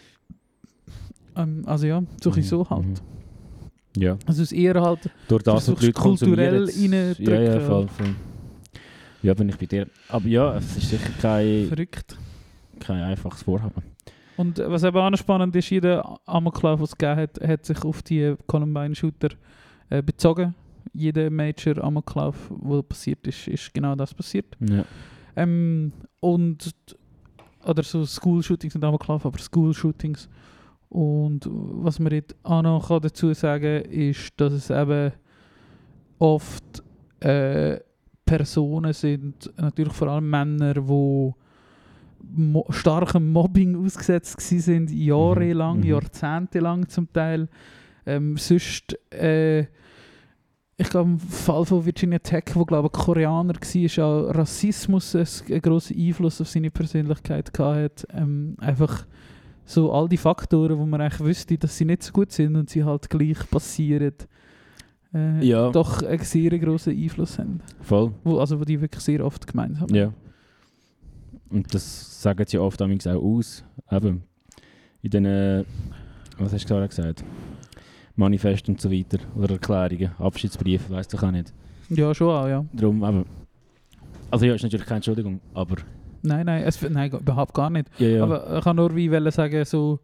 Ähm, also ja, so, ein bisschen so halt. Mhm. Ja, Also es ist eher halt durch das, was versuchst die Leute kulturell konsumieren. reindrücken, Ja, ja, oder? voll, voll. Ja, bin ich bei dir. Aber ja, es ist sicher kein, verrückt. kein einfaches Vorhaben. Und äh, was eben auch noch spannend ist, jeder Amoklauf, den es gegeben hat, hat sich auf die Columbine-Shooter äh, bezogen. Jeder Major Amoklauf, der passiert ist, ist genau das passiert. Ja. Ähm, und oder so School-Shootings und Amoklauf, aber School-Shootings. Und was man jetzt auch noch kann dazu sagen kann, ist, dass es eben oft äh, Personen sind, natürlich vor allem Männer, die mo starkem Mobbing ausgesetzt sind, jahrelang, Mhm. jahrzehntelang zum Teil. Ähm, sonst, äh, ich glaube, im Fall von Virginia Tech, wo glaube ich Koreaner war, auch Rassismus einen grossen Einfluss auf seine Persönlichkeit hatte. Ähm, einfach so all die Faktoren, wo man eigentlich wüsste, dass sie nicht so gut sind und sie halt gleich passieren, äh, Ja. doch einen sehr grossen Einfluss haben. Voll. Wo, also wo die wirklich sehr oft gemeint haben. Ja. Und das sagen sie oft amigs auch aus. Eben in diesen, was hast du gerade gesagt? Manifest und so weiter. Oder Erklärungen, Abschiedsbriefe, weiss doch auch nicht. Ja, schon auch, ja. Darum, eben. Also ja, ist natürlich keine Entschuldigung, aber Nein, nein, es, nein, überhaupt gar nicht. ja, ja. Aber ich kann nur wie wollen sagen, so,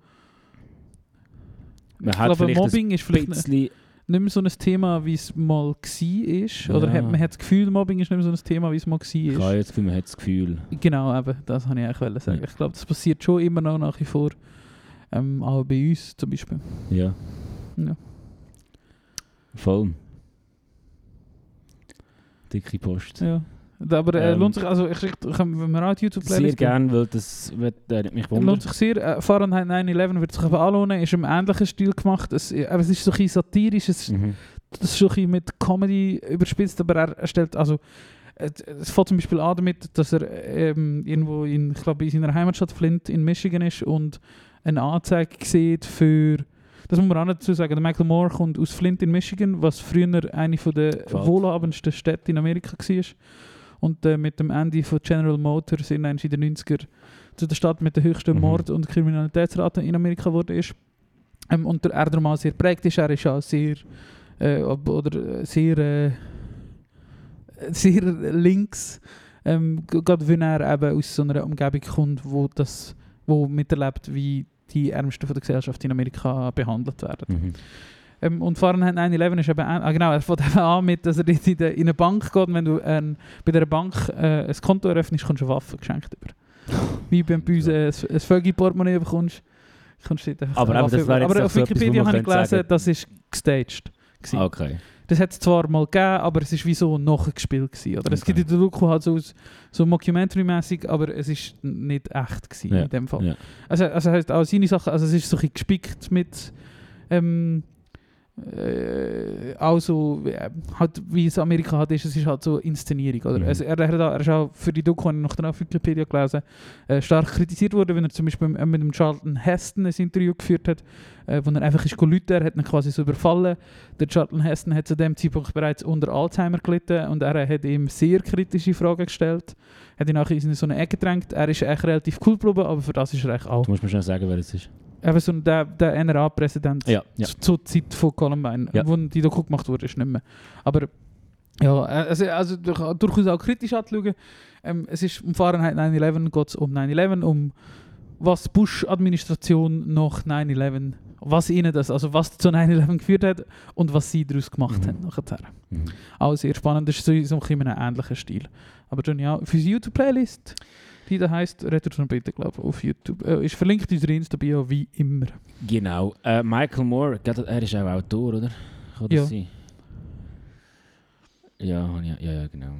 man ich hat glaube, vielleicht Mobbing ist ein vielleicht bisschen... nicht mehr so ein Thema, wie es mal war. Oder Ja. hat, man hat das Gefühl, Mobbing ist nicht mehr so ein Thema, wie es mal Ich war. habe jetzt das Gefühl, man hat das Gefühl. Genau, eben, das wollte ich eigentlich wollen sagen. Ja. Ich glaube, das passiert schon immer noch nach wie vor. Ähm, auch bei uns zum Beispiel. Ja. Ja. Voll. Dicke Post. Ja. Aber äh, Ähm, lohnt sich, also ich schicke, wenn wir auch die YouTube-Playlist Sehr gern, weil das wird, äh, mich lohnt wundern. sich sehr. Äh, Fahrenheit neun elf wird sich eben anlohnen, ist im ähnlichen Stil gemacht. Es, äh, aber es ist so ein bisschen satirisch, es, Mhm. das ist so ein bisschen mit Comedy überspitzt, aber er, er stellt, also äh, es fängt zum Beispiel an damit, dass er ähm, irgendwo in, ich glaube in seiner Heimatstadt Flint in Michigan ist und eine Anzeige sieht für, das muss man auch dazu sagen, der Michael Moore kommt aus Flint in Michigan, was früher eine von der Gefällt. wohlhabendsten Städte in Amerika war. Und äh, mit dem Ende von General Motors in den neunziger zu der Stadt mit der höchsten Mhm. Mord- und Kriminalitätsrate in Amerika geworden ist. Ähm, und der er darum sehr prägt ist, er ist auch sehr äh, ob- oder äh, sehr äh, sehr links, ähm, g- gerade wenn er eben aus so einer Umgebung kommt, wo das wo miterlebt, wie die Ärmsten von der Gesellschaft in Amerika behandelt werden. Mhm. Ähm, und Fahrenheit neun elf ist eben, auch- ah, genau, er fängt eben an mit, dass er dort in, de, in eine Bank geht und wenn du ähm, bei dieser Bank äh, ein Konto eröffnest, kommst du eine Waffe geschenkt über. Wie beim Büse äh, ein, ein Vögel-Portemonnaie bekommst, kommst du dort einfach Aber eine eben, Waffe das wäre über. jetzt Aber doch auf so etwas, wo Wikipedia man habe ich könnte gelesen, sagen- das ist gestaged. gewesen. Okay. Das hat es zwar mal gegeben, aber es ist wie so nachgespielt gewesen, oder? Es Okay. gibt in der Doku halt so, so Mockumentary-mäßig, aber es ist nicht echt gewesen Ja, in dem Fall. ja. Also, also heißt auch seine Sachen, also es ist so ein bisschen gespickt mit ähm, äh, auch so, äh, halt, wie es Amerika hat, ist, es ist halt so Inszenierung. Oder? Mhm. Also er, er, er ist auch für die Doku, die ich noch auf Wikipedia gelesen äh, stark kritisiert worden, wenn er zum Beispiel mit dem Charlton Heston ein Interview geführt hat, äh, wo er einfach ist Leute, er hat ihn quasi so überfallen. Der Charlton Heston hat zu dem Zeitpunkt bereits unter Alzheimer gelitten und er hat ihm sehr kritische Fragen gestellt, hat ihn auch in so eine Ecke gedrängt. Er ist echt relativ cool geblieben, aber für das ist er echt auch. Du musst mir schnell sagen, wer es ist. Eben so der, der N R A-Präsident Ja, ja. zu- zur Zeit von Columbine, Ja. wo die Doku gemacht wurde, ist nicht mehr. Aber ja, also, also durch- durchaus auch kritisch anzuschauen. Ähm, es ist um Fahrenheit neun elf, geht es um neun elf, um was die Bush-Administration nach neun elf, was ihnen das, also was zu neun elf geführt hat und was sie daraus gemacht Mhm. haben nachher. Mhm. Auch sehr spannend, das ist so, so ein bisschen in einem ähnlichen Stil. Aber dann ja, für die YouTube-Playlist, die da heisst Retro-Trompete, glaube ich, auf YouTube, äh, ist verlinkt in unserer Insta-Bio wie immer. Genau. Äh, Michael Moore, gell, er ist auch Autor, oder? Kann das Ja. sein? Ja, ja, ja, ja, genau.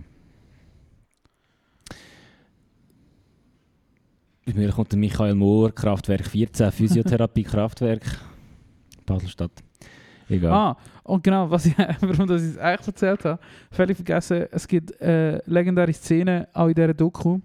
Bei mir kommt der Michael Moore, Kraftwerk vierzehn, Physiotherapie, Kraftwerk, Baselstadt. Egal. Ah, und genau, was ich, warum das ich es eigentlich erzählt habe, völlig vergessen, es gibt äh, legendäre Szenen auch in dieser Doku.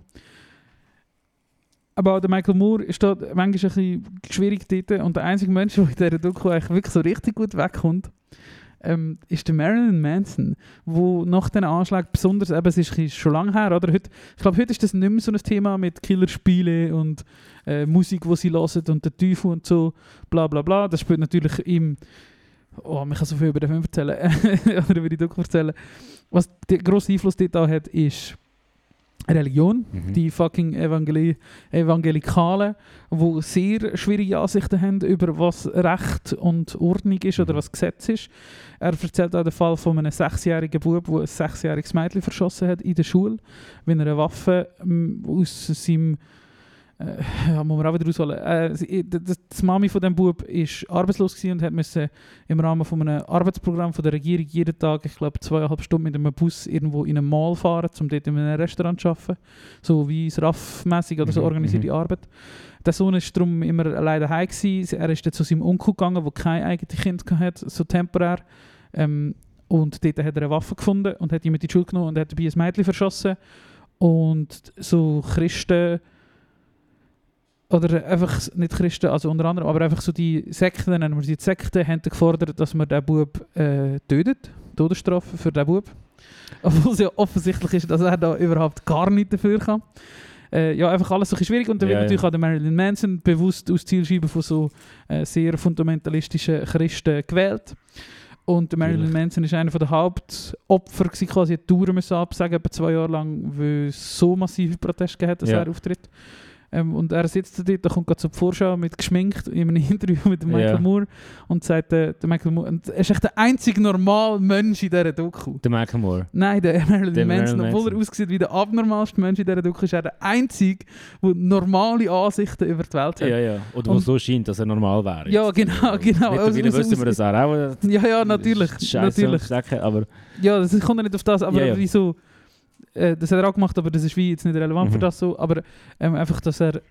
Aber auch der Michael Moore ist da manchmal ein bisschen schwierig dort und der einzige Mensch, der in dieser Doku eigentlich wirklich so richtig gut wegkommt, ähm, ist der Marilyn Manson, wo nach den Anschlägen besonders, eben, es ist, ist schon lange her, oder? Heute, ich glaube, heute ist das nicht mehr so ein Thema mit Killerspielen und äh, Musik, die sie hören und der Teufel und so, bla bla bla. Das spielt natürlich im... Oh, man kann so viel über den Film erzählen, oder über die Doku erzählen. Was der grosse Einfluss dort auch hat, ist Religion. Mhm. Die fucking Evangeli Evangelikalen, die sehr schwierige Ansichten haben über was Recht und Ordnung ist oder Mhm. was was Gesetz ist. Er erzählt auch den Fall von einem sechsjährigen Bub, der ein sechsjähriges Mädchen verschossen hat in der Schule, wenn er eine Waffe ähm, aus seinem... Äh, ja, muss man auch wieder rausholen. Äh, sie- d- d- die Mami von dem Bub war arbeitslos gewesen und hat müssen im Rahmen von einem Arbeitsprogramm von der Regierung jeden Tag, ich glaube, zweieinhalb Stunden mit einem Bus irgendwo in einem Mall fahren, um dort in einem Restaurant zu arbeiten. So wie es R A F-mässig oder so Mhm, organisierte mhm. Arbeit. Der Sohn war darum immer alleine daheim gewesen. Er ist dann zu seinem Onkel gegangen, der kein eigenes Kind hatte, so temporär. Ähm, und dort hat er eine Waffe gefunden und hat ihn mit in die Schule genommen und hat dabei ein Mädchen verschossen. Und so Christen... Oder einfach nicht Christen, also unter anderem, aber einfach so die Sekten, nennen wir sie die Sekten, haben gefordert, dass man den Bub äh, tötet. Todesstrafe für den Bub. Obwohl es ja offensichtlich ist, dass er da überhaupt gar nicht dafür kann. Äh, ja, einfach alles so ein bisschen schwierig. Und dann Ja, wird natürlich ja. auch der Marilyn Manson bewusst aus Zielscheiben von so äh, sehr fundamentalistischen Christen gewählt. Und der Marilyn Natürlich. Manson ist einer der Hauptopfer, gewesen, quasi die Touren müssen absagen, etwa zwei Jahre lang, weil es so massive Proteste gegeben hat, dass Ja. er auftritt. Ähm, und er sitzt da dort, da kommt gerade zur Vorschau mit geschminkt in einem Interview mit dem Michael Ja. Moore und sagt, äh, der Michael Moore, und er ist echt der einzige normale Mensch in dieser Doku. Der Michael Moore. Nein, der Marilyn Der Manson, Marilyn obwohl er Manson. aussieht wie der abnormalste Mensch in dieser Doku, ist er der einzige, der normale Ansichten über die Welt hat. Ja, ja. Oder wo Und- so scheint, dass er normal wäre. Ja, jetzt. genau, genau. Mittlerweile Also, wissen aus- wir das auch. auch Ja, ja, natürlich. Scheiße natürlich. Stecken, aber Ja, das kommt ja nicht auf das, aber Ja, ja. wieso... Äh, das hat er auch gemacht, aber das ist wie jetzt nicht relevant Mhm. für das so. Aber ähm, einfach, dass er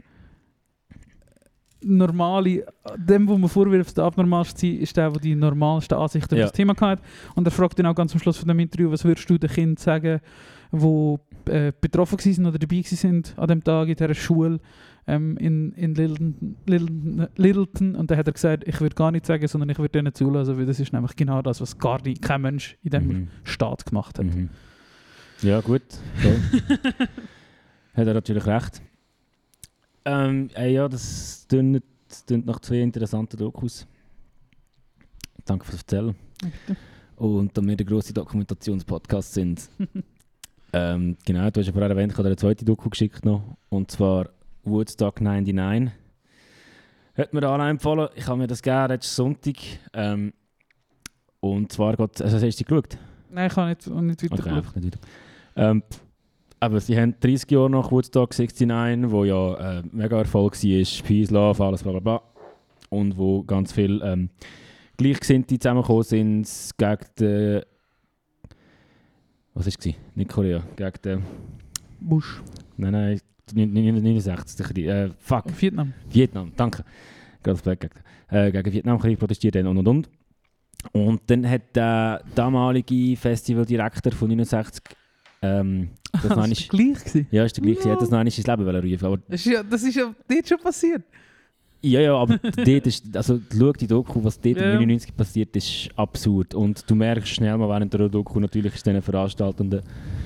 normale, dem, wo man vorwirft, der abnormalste sein, ist der, der die normalsten Ansichten Ja. über das Thema hat. Und er fragt ihn auch ganz am Schluss von dem Interview, was würdest du den Kindern sagen, die äh, betroffen waren oder dabei waren an dem Tag in dieser Schule ähm, in, in Littleton, Littleton, Littleton. Und dann hat er gesagt, ich würde gar nichts sagen, sondern ich würde denen zulassen, weil das ist nämlich genau das, was gar nicht, kein Mensch in diesem Mhm. Staat gemacht hat. Mhm. Ja, gut. Toll. Hat er natürlich recht. Ähm, äh, ja, das tönt, das tönt nach zwei interessanten Dokus. Danke fürs Erzählen. Und da wir der grosse Dokumentationspodcast sind. ähm, genau, du hast ja vorher erwähnt, ich habe dir eine zweite Doku geschickt noch. Und zwar Woodstock neunundneunzig. Hat mir da auch empfohlen. Ich habe mir das gegeben, letzten Sonntag. Ähm, und zwar geht also hast du sie geschaut? Nein, ich kann nicht, nicht weiter Okay, schauen. einfach nicht weiter. Ähm, aber sie haben dreißig Jahre nach Woodstock neunundsiebzig, wo ja äh, mega Erfolg war, Peace, Love, alles bla bla bla. Und wo ganz viele ähm, Gleichgesinnte zusammengekommen sind gegen den... Was war es? Nicht Korea. Gegen den... Bush. Nein, nein, neunundsechzig. Äh, fuck. Vietnam. Vietnam, danke. Gerade das Black äh, gegen den Vietnamkrieg protestiert haben und und und. Und dann hat der damalige Festivaldirektor von neunundsechzig ähm, das Das noch war einmal- gleich gewesen. ja, ist der gleiche, Ja. er hat das noch einmal ins Leben wollen rufen. Aber Das ist ja, das ist ja dort schon passiert. ja, ja, aber dort ist, also schau die Doku, was dort Ja. im neunundneunzig passiert, ist absurd. Und du merkst schnell mal während der Doku, natürlich ist diesen Veranstaltenden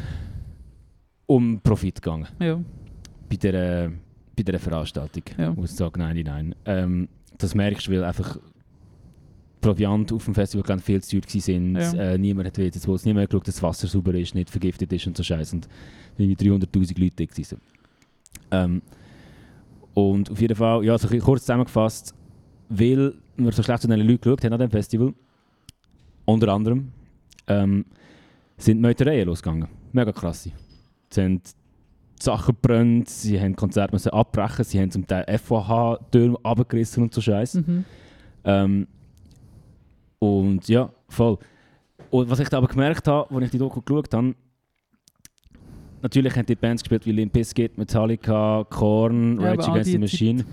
um Profit gegangen. Ja. Bei dieser, bei dieser Veranstaltung. Ja. Muss ich sagen, nein, nein. Ähm, das merkst du, weil einfach Proviant auf dem Festival ganz viel zu teuer waren. Ja. Äh, niemand hat jetzt niemand hat geschaut, dass das Wasser sauber ist, nicht vergiftet ist und so Scheiß. Und irgendwie dreihunderttausend Leute da waren. Ähm, und auf jeden Fall, ja, so ein bisschen kurz zusammengefasst, weil wir so schlecht zu den Leuten geschaut haben an diesem Festival, unter anderem, ähm, sind Meutereien losgegangen. Mega krass. Sie haben Sachen gebrannt, sie haben Konzerte müssen abbrechen, sie haben zum Teil F O H-Türme runtergerissen und so Scheiß. Mhm. Ähm, und ja, voll. Und was ich da aber gemerkt habe, als ich die Doku geschaut habe, natürlich haben die Bands gespielt wie Limp Bizkit, Metallica, Korn, Ja, aber Rage all Against the die Machine.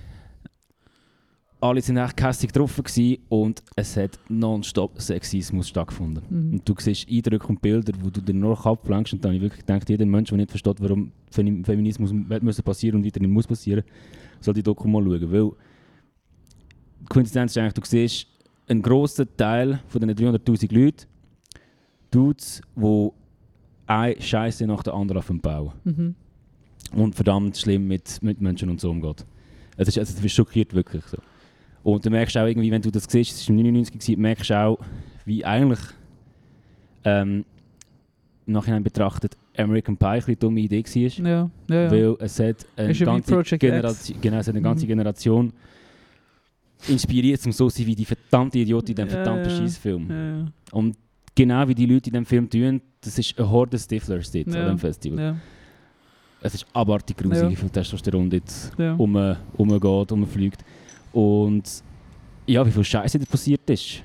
Alle sind echt kässig getroffen gewesen und es hat nonstop Sexismus stattgefunden. Mhm. Und du siehst Eindrücke und Bilder, wo du dir nur ablenkst und dann habe ich wirklich gedacht, jeder Mensch, der nicht versteht, warum Fem- Feminismus muss passieren und weiterhin muss passieren, soll die Doku mal schauen. Weil die Quintessenz ist eigentlich, du siehst einen grossen Teil von diesen dreihunderttausend Leuten, Dudes, die eine Scheiße nach der anderen auf dem Bau Mhm. und verdammt schlimm mit, mit Menschen und so umgeht. Es ist, also, du bist schockiert wirklich so. Und du merkst auch irgendwie, wenn du das siehst, es war neunundneunzig, gewesen, merkst du auch, wie eigentlich ähm, im Nachhinein betrachtet American Pie eine dumme Idee war. Ja, ja, ja. Weil es hat eine Ist ja wie ganze, Project Generation, genau, es hat eine ganze Mhm. Generation inspiriert, um so zu sein wie die verdammte Idiot in diesem Ja, verdammten ja. Scheissfilm. Ja, ja. Und genau wie die Leute in diesem Film tun, das ist eine Horde Stiflers dort Ja. an diesem Festival. Ja, Es ist abartig grusig, Ja. wie viel Testosteron dort ja. um, umgeht, umfliegt. Und ja, wie viel Scheiße da passiert ist.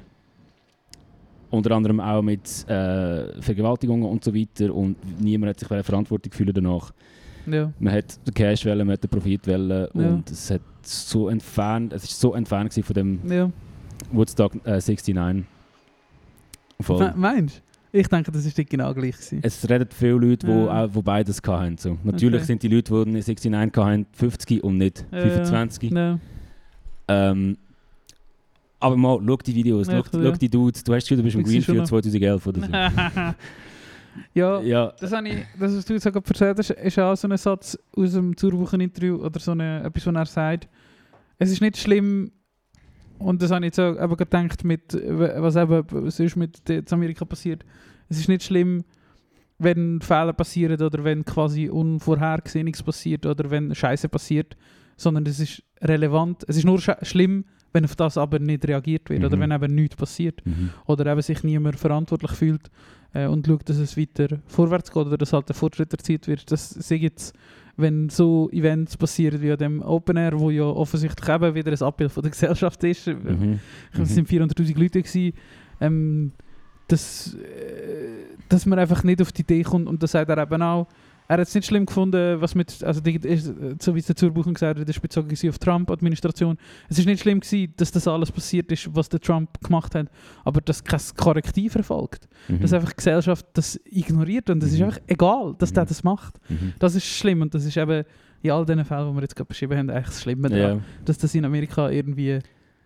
Unter anderem auch mit äh, Vergewaltigungen und so weiter. Und niemand hat sich Verantwortung gefühlt danach. ja. Man hat den Cash wollen, man hat den Profit wollen. Ja. Und es hat so entfernt, es ist so entfernt gewesen von dem ja. Woodstock äh, neunundsechzig. Voll. Me- Meinst du? Ich denke, das war genau gleich gewesen. Es reden viele Leute, die Ja. auch wo beides hatten. So. Natürlich Okay. sind die Leute, die neunundsechzig hatten, fünfzig und nicht Ja, fünfundzwanzig. Ja. Ähm, aber mal, schau die Videos, Ja, schau, ja. schau die Dudes. Du hast schon, du bist im Ich sehe schon Greenfield noch. zweitausendelf oder so. ja, Ja, das, habe ich, das, was du jetzt gerade erzählt hast, ist auch so ein Satz aus dem Zurwochen-Interview oder so eine, etwas, was er sagt. Es ist nicht schlimm, und das habe ich jetzt auch eben gedacht, mit, was eben sonst mit in Amerika passiert. Es ist nicht schlimm, wenn Fehler passieren oder wenn quasi Unvorhergesehenes passiert oder wenn Scheiße passiert, sondern es ist relevant. Es ist nur sch- schlimm, wenn auf das aber nicht reagiert wird Mhm. oder wenn eben nichts passiert. mhm. Oder eben sich niemand verantwortlich fühlt äh, und schaut, dass es weiter vorwärts geht oder dass halt der Fortschritt erzielt wird. Das sehe ich jetzt, wenn so Events passieren wie an dem Open Air, wo ja offensichtlich eben wieder ein Abbild von der Gesellschaft ist. Mhm. Es sind vierhunderttausend Leute gewesen. Ähm, dass, äh, dass man einfach nicht auf die Idee kommt, und das sagt er eben auch. Er hat es nicht schlimm gefunden, was mit, also die, ist, so wie es der Zurbuchen gesagt hat, das ist bezogen gewesen auf die Trump-Administration. Es ist nicht schlimm gewesen, dass das alles passiert ist, was der Trump gemacht hat, aber dass kein Korrektiv erfolgt. Mhm. Dass einfach die Gesellschaft das ignoriert und es ist Mhm. einfach egal, dass der Mhm. das macht. Mhm. Das ist schlimm und das ist eben in all den Fällen, die wir jetzt gerade beschrieben haben, eigentlich das Schlimme daran, Ja. dass das in Amerika irgendwie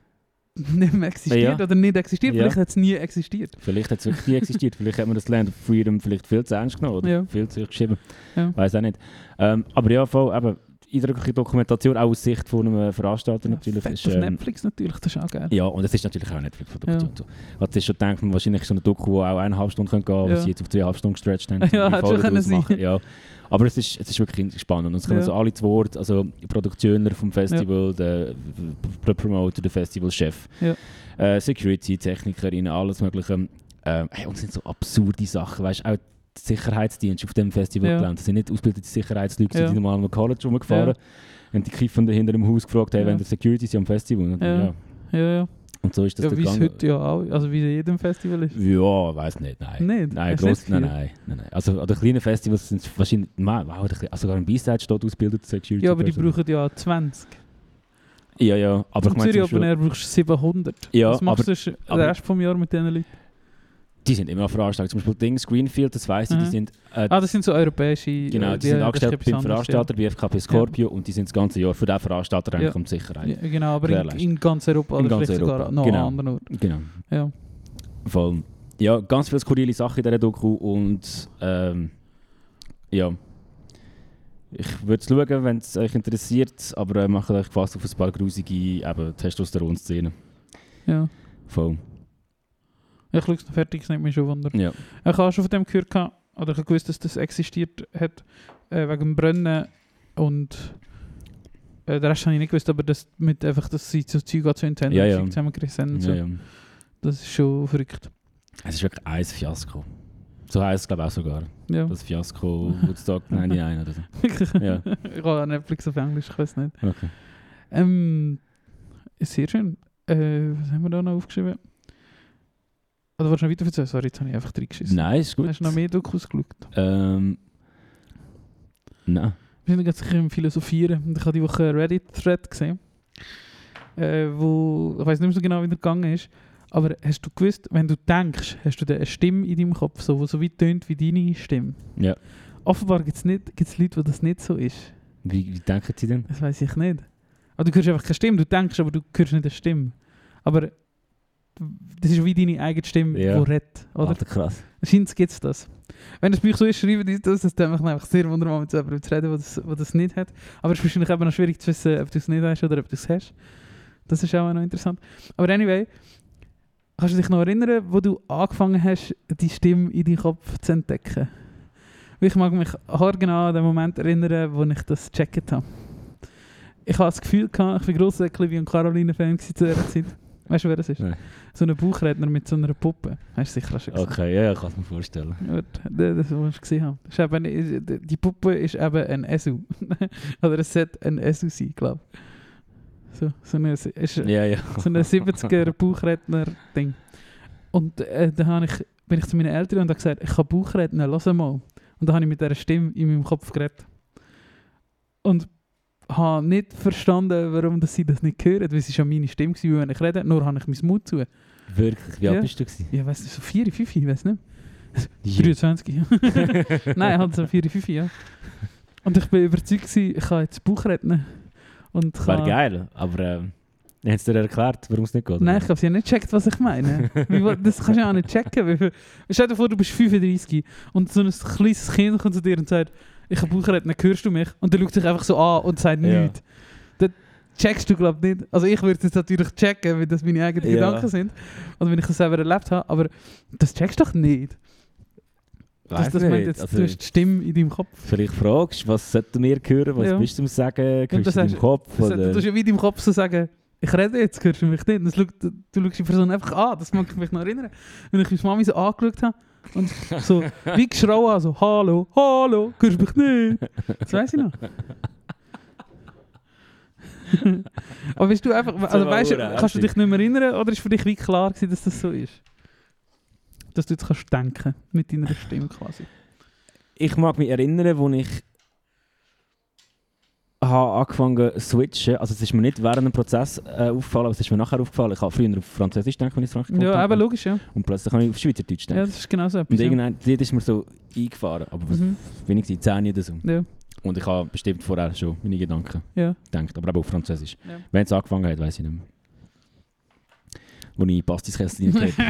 nicht mehr existiert Ja. oder nicht existiert. Ja. Vielleicht hat es nie existiert. Vielleicht hat es wirklich nie existiert. Vielleicht hat man das Land of Freedom vielleicht viel zu ernst genommen oder Ja. viel zu geschrieben. Ja. Weiß auch nicht. Ähm, aber ja, voll, eben, eindrückliche Dokumentation, auch aus Sicht von einem Veranstalter natürlich. Fett Ist, auf ähm, Netflix natürlich, das ist auch geil. Ja, und es ist natürlich auch Netflix-Produktion. So. Was ist schon gedacht, man wahrscheinlich so eine Doku, die auch eineinhalb Stunden gehen kann, Ja. was sie jetzt auf zweieinhalb Stunden gestretched haben. Ja, die hätte Folgen schon können daraus sein. machen. Ja. Aber es ist, es ist wirklich spannend. Und es kommen Ja. so alle zu Wort, also die Produktioner vom Festival, der, der Promoter, der Festivalchef, Ja. äh, Security, Technikerinnen, alles mögliche. Ähm, hey, und es sind so absurde Sachen, weißt du, auch die Sicherheitsdienste auf dem Festival Ja. gelernt. Das sind nicht ausgebildete Sicherheitsleute, Ja. die normal am College rumgefahren. Haben die Kiffenden hinter dem Haus gefragt, hey, Ja. wenn der Security sind am Festival. Und, Ja. ja. Ja, ja. Und so ist das Ja, dort wie es gegangen. heute ja auch, also wie es in jedem Festival ist. Ja, weiß nicht, nein. Nicht? Nein, Hast du gross, nicht nein, das nein, nein, nein. Also an den kleinen Festivals sind es wahrscheinlich, man, wow, also sogar ein B-Side steht ausgebildet Security. Ja, aber die Person. brauchen ja zwanzig. Ja, ja, aber Zum ich meine Zürich zum Open Beispiel, Air brauchst du siebenhundert. Ja, Was machst aber- du den aber- Rest vom Jahr mit diesen Leuten? die sind immer noch veranstaltet. Zum Beispiel Dings, Greenfield, das weiss ich, die Mhm. sind... Äh, Ah, das sind so europäische... genau, äh, die sind das ist angestellt etwas beim anderes, Veranstalter, bei F K P Scorpio und die sind das ganze Jahr für den Veranstalter eigentlich Ja. um die Sicherheit. Ja, genau, aber in, gewährleisten. in ganz Europa In oder ganz vielleicht sogar Europa, noch genau. an anderen Orten. Genau. Ja. Voll. Ja, ganz viele skurrile Sachen in dieser Doku und ähm, ja. Ich würde es schauen, wenn es euch interessiert, aber äh, macht euch gefasst auf ein paar grusige eben, Testosteron-Szenen. Ja. Voll. Ich schaue es noch fertig, es nimmt mich schon Wunder. Ja. Ich habe schon von dem gehört, gehabt, oder ich habe gewusst, dass das existiert hat, äh, wegen dem Brennen und äh, den Rest habe ich nicht gewusst, aber das mit einfach, dass sie so Zeug zu Nintendo Ja, ja. zusammengerissen haben und so. Ja, ja. Das ist schon verrückt. Es ist wirklich ein Fiasko. So heisst es glaube ich auch sogar. Ja. Das Fiasko Woodstock neunundneunzig oder so. Wirklich? Ja. Ich habe Netflix auf Englisch, ich weiß nicht. Okay. Ähm, sehr schön. Äh, was haben wir da noch aufgeschrieben? Oder willst du noch weiter erzählen? Sorry, jetzt habe ich einfach reingeschissen. Nein, ist gut. Hast du noch mehr Dokus geschaut? Ähm, nein. Wir sind ganz sicher im Philosophieren. Und ich habe die Woche einen Reddit-Thread gesehen, äh, wo, ich weiß nicht mehr so genau, wie der gegangen ist, aber hast du gewusst, wenn du denkst, hast du da eine Stimme in deinem Kopf, so, die so weit tönt wie deine Stimme? Ja. Offenbar gibt es Leute, wo das nicht so ist. Wie, wie denken Sie denn? Das weiß ich nicht. Aber du hörst einfach keine Stimme, du denkst, aber du hörst nicht eine Stimme. Aber das ist wie deine eigene Stimme, Ja. die redet, oder? Alter, krass. Scheint gibt es das. Wenn das bei euch so ist, schreiben die das. Das ist einfach sehr wunderbar, mit jemandem zu reden, der das, der das nicht hat. Aber es ist wahrscheinlich eben noch schwierig zu wissen, ob du es nicht hast oder ob du es hast. Das ist auch noch interessant. Aber anyway, kannst du dich noch erinnern, wo du angefangen hast, die Stimme in deinem Kopf zu entdecken? Ich mag mich haargenau an den Moment erinnern, wo ich das gecheckt habe. Ich habe das Gefühl gehabt, ich war grosser Clivi und Caroline-Fan zu dieser Zeit. Weißt du, wer das ist? Nein. So ein Bauchredner mit so einer Puppe. Hast du sicher schon gesehen? Okay, ja, ja, ich kann es mir vorstellen. Gut, das, das was ich gesehen habe. Das ist eben, die Puppe ist eben ein Esu. Oder es sollte ein Esu sein, glaube ich. So, so eine, ist Ja, ja. so ein siebziger Bauchredner-Ding. Und äh, dann habe ich, bin ich zu meinen Eltern und habe gesagt, ich kann Bauchredner, lass mal. Und dann habe ich mit dieser Stimme in meinem Kopf geredet. Und habe nicht verstanden, warum das sie das nicht hören, weil es war meine Stimme, wenn ich rede, nur habe ich meinen Mut zu. Wirklich? Wie alt Ja. bist du gewesen? Ja, weißt du, so vier, fünf, ich weiß nicht. Ja. dreiundzwanzig. Nein, halt so vier, fünf, ja. Und ich war überzeugt, gewesen, ich kann jetzt Bauchredner. Und Wäre kann... geil, aber ähm, haben sie dir erklärt, warum es nicht geht? Nein, oder? ich habe ja nicht gecheckt, was ich meine. Wie, wo- das kannst du ja auch nicht checken. Wie viel- Stell dir vor, du bist fünfunddreißig und so ein kleines Kind kommt zu dir und sagt, ich habe Bauchredner, hörst du mich? Und der schaut dich einfach so an und sagt Ja. nichts. Das checkst du, glaube ich, nicht. Also ich würde es jetzt natürlich checken, weil das meine eigenen Ja. Gedanken sind. Und wenn ich das selber erlebt habe. Aber das checkst du doch nicht. Das, Weiss das nicht. meint jetzt, Also, du hast die Stimme in deinem Kopf. vielleicht fragst du, was sollten wir hören, was Ja. bist du am Sagen, hörst das du in hast- deinem Kopf? Das, Oder? du tust ja wie in deinem Kopf so sagen, ich rede jetzt, hörst du mich nicht. Und das schaut, du, du schaust die Person einfach an, das mag ich mich noch erinnern. Wenn ich meine Mami so angeschaut habe und so wie geschrauen habe, so «Hallo, hallo, hörst du mich nicht?» Das weiss ich noch. Aber bist du einfach, also weißt du, kannst du dich nicht mehr erinnern oder ist für dich wie klar gewesen, dass das so ist? Dass du jetzt kannst denken mit deiner Stimme quasi. Ich mag mich erinnern, als ich habe angefangen zu switchen. Also es ist mir nicht während dem Prozess äh, aufgefallen, aber es ist mir nachher aufgefallen. Ich habe früher auf Französisch gedacht, wenn ich es Französisch Ja, habe. eben logisch, ja. Und plötzlich habe ich auf Schweizerdeutsch Ja, gedacht. das ist genau so Und etwas. Ja. irgendwann dort ist mir so eingefahren. Aber was Mhm. bin ich? zehn oder so. Ja, Und ich habe bestimmt vorher schon meine Gedanken ja. gedacht. Aber eben auf Französisch. Ja. Wenn es angefangen hat, weiß ich nicht mehr. Wo ich Pastiskästchen reingeklebt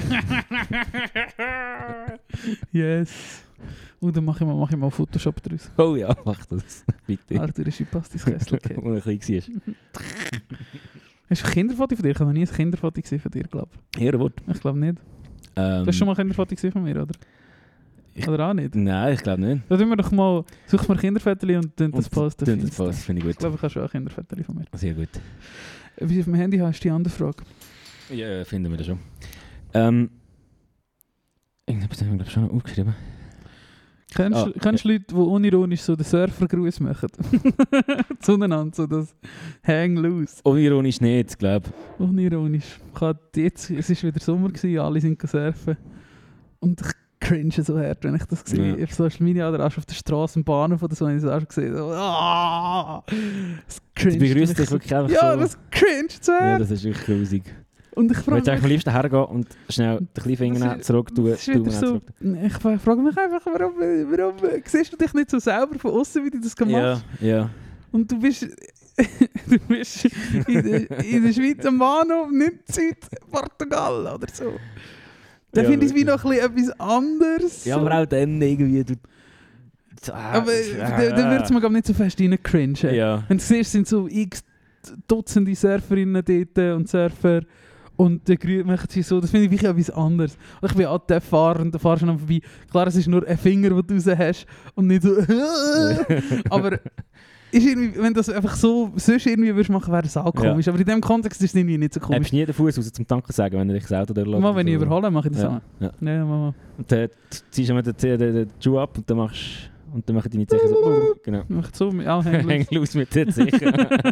Yes. Und dann mache ich mal, mach ich mal Photoshop daraus. Oh ja, mach das. Bitte. Arthur ist in Pastiskessel gehabt. Wo ich klein war. Hast du ein Kinderfoto von dir? Ich habe noch nie ein Kinderfoto gesehen von dir, glaube ich. Ehrenwort. Ich glaube nicht. Ähm, Du hast schon mal ein Kinderfoto gesehen von mir, oder? Ich- Oder auch nicht? Nein, ich glaube nicht. Da tun wir doch mal, such mal Kinderfoto und dann das Und posten. auf Tun das Insta. Post, finde ich Ich gut. glaube, ich habe schon ein Kinderfoto von mir. Sehr gut. Wie du auf dem Handy hast, ist die andere Frage. Ja, finden wir das schon. Ähm, irgendetwas haben wir glaube ich schon noch aufgeschrieben. Kennst, Ah, kennst du Leute, die unironisch so den Surfergruß machen? Zueinander, so das Hang loose. Unironisch nicht, glaube ich. Unironisch. Ich hatte jetzt, es war wieder Sommer, gewesen, alle sind surfen. Und ich cringe so hart, wenn ich das sehe. Ja. Auf Social Media oder auch schon auf der Straße, im Bahnhof oder so, habe ich das auch schon gesehen. So, ah! Es cringe. Die begrüßt dich wirklich einfach ja, so. das cringe zu Ja, hören. das ist wirklich grusig. Und ich Ich frage würde mich... am liebsten hergehen und schnell den kleinen Finger Das nehmen, ist- zurück tun, das ist wieder Daumen so, zurück. ich fra- frage mich einfach, warum, warum siehst du dich nicht so selber von außen, wie du das gemacht Ja, hast? ja. Und du bist, du bist in, der, in der Schweiz am Bahnhof, nicht Südportugal oder so. Dann Ja, finde ich es wie wirklich. noch ein bisschen etwas anderes. Ja, aber auch dann irgendwie... Du, Aber dann dann wird es mir glaub, nicht so fest rein cringe. Ja. Wenn du siehst, sind so x Dutzende Surferinnen dort und Surfer und dann grüßt machen sie so, das finde ich wirklich etwas anderes. Und ich bin auch der Fahrer und der Fahrer schon vorbei. Klar, es ist nur ein Finger, den du raus hast und nicht so aber ist irgendwie, wenn du das einfach so sonst irgendwie würdest machen, wäre das auch komisch. Ja. Aber in diesem Kontext ist es irgendwie nicht so Hast komisch. du nie den Fuß raus zum Tanken sagen, wenn du dich das Auto durchlässt? Mal, wenn ich überhole, mache ich das Ja, auch. ja. Ja, Mama. Und dann ziehst du immer den, den, den, den Schuh ab und dann machst und dann machen deine Zeichen so... Genau. Mach so, auch hängen. Häng los mit den Zeichen.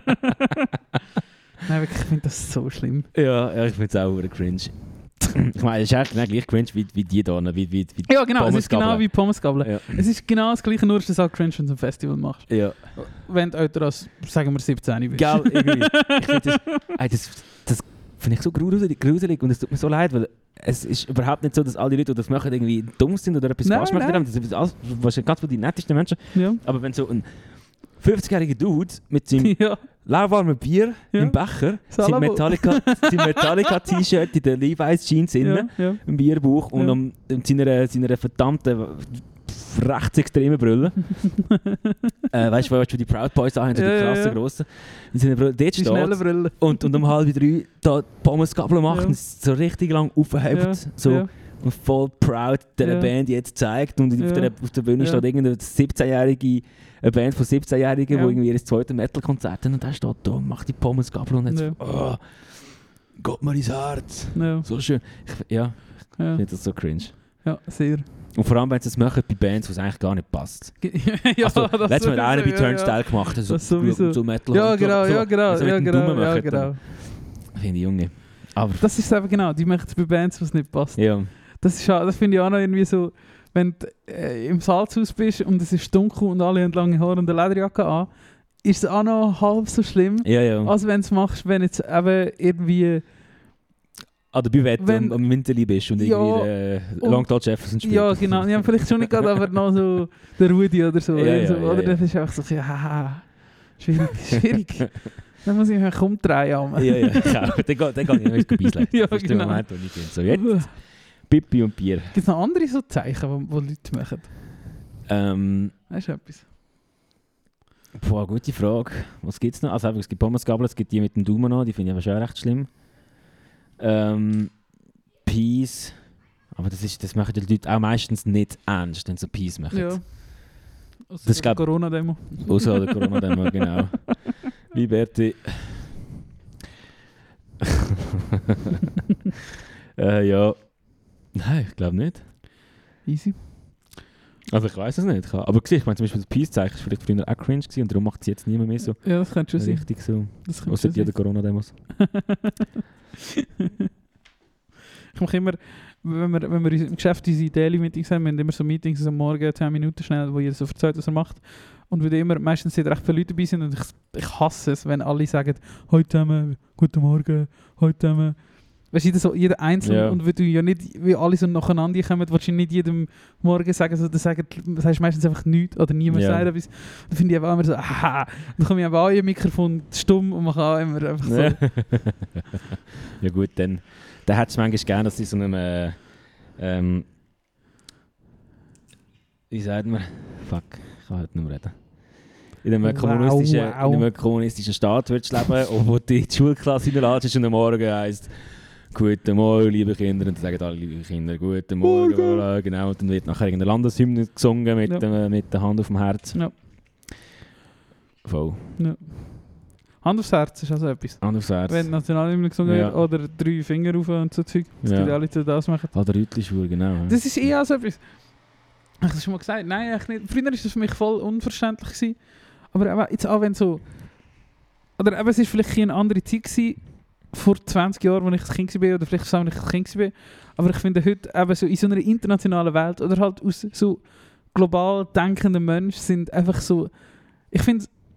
Nein, wirklich, ich finde das so schlimm. Ja, ja, ich finde es auch verdammt cringe. Ich meine, es ist eigentlich nicht gleich cringe wie, wie die da, wie, wie, wie Ja, genau, es ist genau Pommesgabeln. wie Pommesgabeln. Ja. Es ist genau das gleiche, nur dass du es auch cringe, wenn du ein Festival machst. Ja. Wenn du älter als, sagen wir, siebzehn bist. Gell, irgendwie. Ich find das, ey, das, das finde ich so gruselig, gruselig und es tut mir so leid, weil es ist überhaupt nicht so, dass alle Leute, die das machen, irgendwie dumm sind oder etwas Nein, falsch machen. nein. Das sind alles, wahrscheinlich ganz die nettesten Menschen. Ja. Aber wenn so ein fünfzigjähriger Dude mit seinem ja. lauwarmen Bier Ja. im Becher, sein Salabo. Metallica, sein Metallica-T-Shirt in den Levi's Jeans innen, Ja, ja. im Bierbauch und Ja. um, um seiner, seiner verdammten rechtsextremen Brille. äh, weißt du, wo die Proud Boys haben, so die Ja, ja, krassen, ja. grossen. Mit seiner Brille dort Die schnelle steht Brille. und, und um halb drei da die Pommesgabel macht Ja. und es so richtig lang aufhebt. Ja, So. ja. Und voll proud dieser Ja. Band jetzt zeigt. Und Ja. auf, der, auf der Bühne Ja. steht irgendeine siebzehnjährige, eine Band von siebzehnjährigen, Ja. die irgendwie ihr zweites Metal-Konzert haben. Und der steht da und macht die Pommesgabel und jetzt Ja. oh, Gott mir ins Herz. Ja. So schön. Ich, ja, ich Ja. finde das so cringe. ja, sehr. Und vor allem, wenn sie das machen bei Bands, wo es eigentlich gar nicht passt. ja, also, das letztes Mal einer bei sowieso, Turnstile gemacht, also Das sowieso. so Metal. Ja, und so, genau, so, ja, genau, also mit ja, dem genau, Daumen ja, machen, genau. Finde ich Junge. Aber, Das ist eben genau, die machen es bei Bands, was nicht passt. ja. Das, ist auch- das finde ich auch noch irgendwie so, wenn du äh, im Salzhaus bist und es ist dunkel und alle haben lange Haare und eine Lederjacke an, ist es auch noch halb so schlimm, Ja, ja. als wenn du es machst, wenn jetzt eben irgendwie... An der Buvette Wenn- am, am Winterli bist und Ja, irgendwie äh, und- Long Tall Jefferson spielst. Ja, genau. Ja, vielleicht schon nicht gerade, aber noch so der Rudi oder so. Ja, oder ja, so. ja, Oder ja. das ist einfach so, ja, haha, schwierig, schwierig. Dann muss ich mich umdrehen. Ja, ja, genau. Dann gehe dann geh ich noch ins Beislein. Ja, Das ist genau. der Moment, wo ich bin. So, jetzt Pipi und Bier. Gibt es noch andere so Zeichen, die Leute machen? Ähm, Weißt du etwas? boah, gute Frage. Was gibt es noch? Also, einfach, es gibt Pommesgabel, es gibt die mit dem Daumen noch, die finde ich aber schon recht schlimm. Ähm, Peace. Aber das, ist, das machen die Leute auch meistens nicht ernst, wenn sie so Peace machen. Ja. Das ist, glaub- Corona-Demo. Außer der Corona-Demo, genau. Liberty. äh, ja. Nein, ich glaube nicht. Easy. Also ich weiß es nicht. Aber siehst, ich meine zum Beispiel das Peace-Zeichen war vielleicht früher auch cringe gewesen und darum macht es jetzt niemand mehr so Ja, das könnte schon sein. richtig so. Das könnte Außer schon die an sein. der Corona-Demos. Ich mache immer, wenn wir, wenn wir im Geschäft unsere Daily-Meetings haben, wir haben immer so Meetings am Morgen, zehn Minuten schnell, wo jeder so erzählt, was er macht. Und weil immer, meistens sind recht viele Leute dabei sind und ich, ich hasse es, wenn alle sagen, «Heute zusammen, guten Morgen, heute zusammen.» Weißt du, jeder, so, jeder einzeln Ja. und weil du ja nicht, wie alle so nacheinander kommen, willst du nicht jedem Morgen sagen, so, dann sagen, das heißt meistens einfach nichts oder niemand Ja. sagt etwas. Dann finde ich einfach immer so, «Aha!» Dann komme ich einfach an ihr Mikrofon stumm und mache auch immer einfach so. Ja gut, dann, dann hätte es manchmal gerne, dass sie so einem äh, ähm, wie sagt man? Fuck, ich kann heute nicht mehr reden. In einem, Wow, kommunistischen, wow. in einem kommunistischen Staat würdest du leben, wo die Schulklasse reinlässt und am Morgen heisst «Guten Morgen, liebe Kinder», und dann sagen alle liebe Kinder «Guten Morgen», Morgen. voilà, genau, und dann wird nachher irgendeine Landeshymne gesungen mit, Ja. dem, mit der Hand auf dem Herz. Ja. Voll. Hand aufs Herz ist also etwas. Hand aufs Herz. Wenn Nationalhymne gesungen Ja. wird oder drei Finger rauf und so Zeug, dass Ja. die alle zu das machen. Ah, der Rütli-Schwur, genau. ja. Das ist eher so etwas. Ich habe das schon mal gesagt. Nein, eigentlich nicht. Früher war das für mich voll unverständlich gewesen. Aber eben jetzt auch wenn so... Oder eben, es war vielleicht eine andere Zeit gewesen, vor zwanzig Jahren, als ich ein Kind war, oder vielleicht so, als ich ein Kind war. Aber ich finde heute eben so in so einer internationalen Welt oder halt aus so global denkenden Menschen sind einfach so... Ich finde,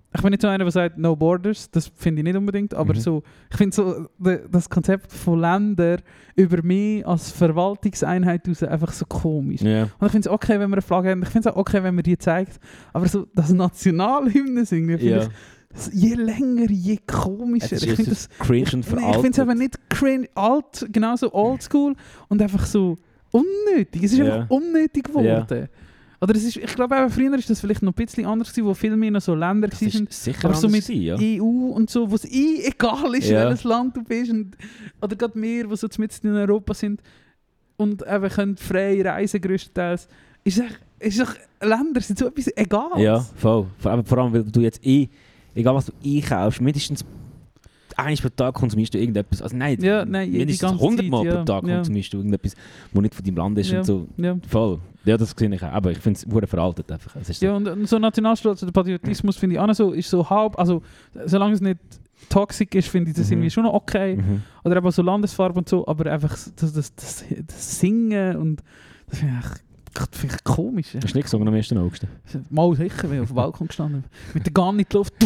ich bin nicht so einer, der sagt No Borders, das finde ich nicht unbedingt, aber Mhm. so, ich finde so de, das Konzept von Ländern über mich als Verwaltungseinheit raus einfach so komisch. Ja. Und ich finde es okay, wenn wir eine Flagge haben, ich finde es auch okay, wenn man die zeigt, aber so das Nationalhymne singen, finde Ja. ich, das- je länger, je komischer. Es Ich ist finde jetzt das cringe und Nee, ich veraltet. finde es aber nicht cringe, alt, genauso oldschool und einfach so unnötig. Es ist Ja. einfach unnötig geworden. Oder es ist, ich glaube, eben früher ist das vielleicht noch ein bisschen anders gewesen, wo viel mehr noch so Länder Das waren, ist sicher aber so anders mit gewesen, ja. E U und so, wo es eh egal ist, Ja. welches Land du bist. Und, oder gerade wir, die so mitten in Europa sind und eben können frei reisen größtenteils. Ist echt, ist echt, Länder sind so etwas egal. Ja, voll. Vor allem, vor allem, weil du jetzt eh, egal was du einkaufst, mindestens einmal pro Tag konsumierst du irgendetwas. Also nein, Ja, nein, die mindestens ganze hundert Mal Zeit, pro ja, Tag ja. konsumierst du irgendetwas, das nicht von deinem Land ist Ja. und so. Ja. Voll. Ja, das sehe ich auch. Aber ich finde es verdammt veraltet einfach. Es ist so. Ja, und, und so Nationalstolz oder Patriotismus finde ich auch noch so, ist so halb, also solange es nicht toxisch ist, finde ich das Mhm. irgendwie schon noch okay. Mhm. Oder eben so Landesfarbe und so, aber einfach das, das, das, das Singen und das finde ich echt Gott, finde ich komisch. Hast du nicht gesungen am ersten August? Mal sicher, wenn ich auf dem Balkon gestanden mit der Gun in die Luft.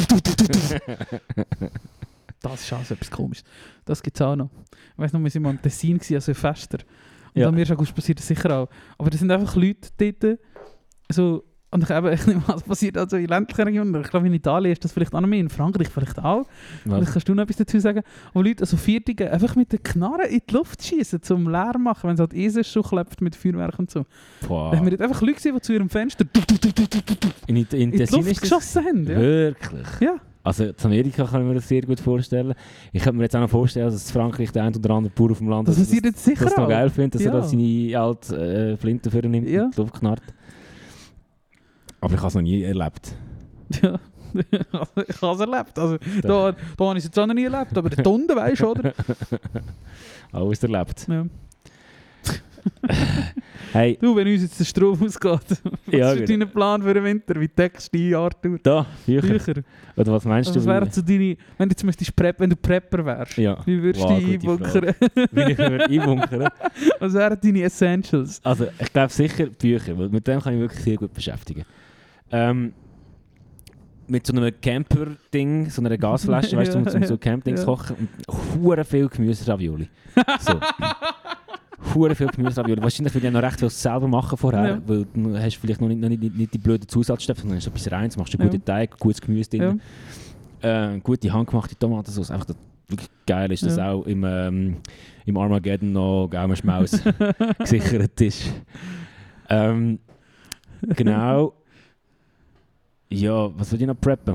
Das ist also etwas komisches. Das gibt es auch noch. Ich weiss noch, wir waren mal im Tessin, also Fester. Und Ja. am ersten August passiert das sicher auch. Aber das sind einfach Leute dort, so, und ich, eben, ich nehme an, das passiert also in ländlichen Regionen. Ich glaube, in Italien ist das vielleicht auch noch mehr, in Frankreich vielleicht auch. Vielleicht Was? kannst du noch etwas dazu sagen. Wo Leute, also Viertige, einfach mit den Knarren in die Luft schießen, zum Lärm machen, wenn es halt Esel schon klebt mit Feuerwerk und so. Boah. Da haben wir dort einfach Leute gesehen, die zu ihrem Fenster In, in, in in die Tessin Luft ist das geschossen haben. Ja. wirklich. Ja. Also in Amerika kann ich mir das sehr gut vorstellen. Ich könnte mir jetzt auch noch vorstellen, dass in Frankreich der ein oder andere Bauer auf dem Land Das das, passiert jetzt sicher das noch auch. geil findet, dass Ja. er da seine alte äh, Flinte für nimmt Ja. und die Luft knarrt. Aber ich habe es noch nie erlebt. Ja. Also, ich habe es erlebt. Also, da, da habe ich es jetzt auch noch nie erlebt, aber der Tonde weisst du, oder? Alles erlebt. Ja. Hey, Du, wenn uns jetzt der Strom ausgeht, was Ja, ist genau. dein Plan für den Winter? Wie deckst du die Arthur? da, Bücher. Bücher. Oder was meinst Also, was du? wären so deine, wenn du jetzt müsstest Prep, wenn du Prepper wärst, Ja. wie würdest Wow, du dich gute einbunkern? Wie ich mir einbunkern? Was wären deine Essentials? Also ich glaube sicher Bücher, weil mit dem kann ich wirklich sehr gut beschäftigen. Ähm, mit so einem Camper-Ding, so einer Gasflasche, weißt du, um, um so Camp-Dings Ja. zu kochen und hure viel Gemüse-Ravioli. So. Hure viel Gemüse-Ravioli. Wahrscheinlich würde ich noch recht viel selber machen vorher, Ja. weil du hast vielleicht noch nicht, noch nicht, nicht die blöden Zusatzstoffe, sondern hast etwas Reines, machst einen Ja. guten Teig, gutes Gemüse drin, Ja. äh, gute handgemachte Tomatensauce. Einfach das, wirklich geil ist, dass Ja. auch im, ähm, im Armageddon noch Gaumenschmaus gesichert ist. Ähm, genau. Ja, was würde ich noch preppen?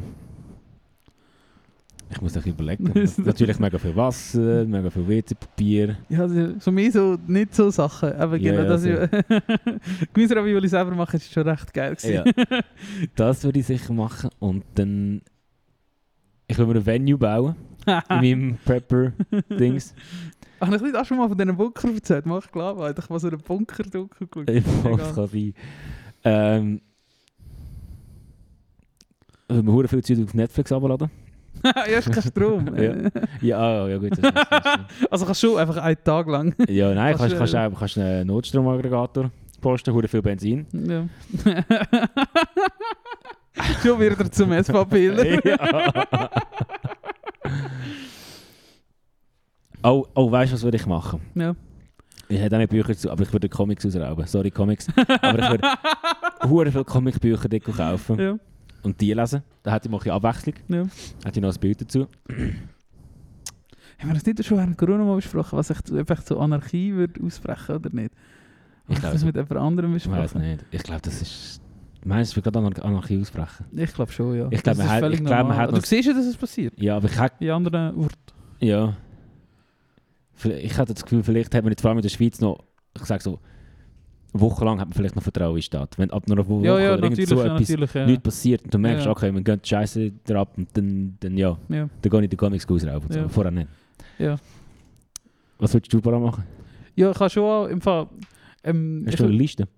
Ich muss noch überlegen. Natürlich mega viel Wasser, mega viel W C-Papier. Ja, also, so mehr so, nicht so Sachen. Aber Ja, genau, ja, dass so. ich Gemüse-Ravioli selber machen, ist schon recht geil gewesen. Ja. Das würde ich sicher machen. Und dann... Ich will mir ein Venue bauen. In meinem Prepper-Dings. Habe ich nicht auch schon mal von diesen Bunker erzählt? Mach klar, weil ich mal so einen Bunker durchgeschaut. Ich das kann sein. Ähm... Ich will mir hure viel Zeit auf Netflix abladen. Ja, ist kein Strom. Ja. Ja, ah, ja gut. Das ist, das ist, Also kannst du schon einfach einen Tag lang. ja, nein, Kannst kannst, du- kannst, auch, kannst einen Notstromaggregator posten, hure viel Benzin. Ja. Schon wieder zum S V P. Ja. Oh, oh, weißt du, was würde ich machen? Ja. Ich hätte auch nicht Bücher zu, aber ich würde Comics ausrauben. Sorry, Comics. Aber ich würde hure viele Comicbücher dort kaufen Ja. und die lesen. Da hätte ich mal ein bisschen Abwechslung. Ja. Hätte ich noch ein Bild dazu. Haben wir das nicht schon während Corona mal besprochen, was echt, ob echt so Anarchie würde ausbrechen oder nicht? Ich Hast du glaube, das mit jemand anderem ich weiß besprochen? nicht. Ich glaube, das ist... Meinst du, es wird gerade Anar- Anarchie ausbrechen? Ich glaube schon, ja. Ich glaube, Das man ist hat- völlig ich glaube, man normal. hat Du noch- siehst ja, dass es passiert. Ja, aber ich hätte... In anderen Orten. Ja. Ich hatte das Gefühl, vielleicht hat man jetzt vor allem in der Schweiz noch... Ich sage so... Wochenlang hat man vielleicht noch Vertrauen in die Stadt. Wenn ab einer Woche Ja, ja, oder irgend natürlich, so ja, etwas natürlich. Ja. nichts passiert und du merkst, Ja. okay, man geht die Scheiße drauf und dann, dann ja, Ja. dann gehe ich die Comics ausrauben. So. Ja. Vorher nicht. Ja. Was würdest du vorher machen? Ja, ich kann schon auch im Fall... Ähm, Hast ich, du eine Liste?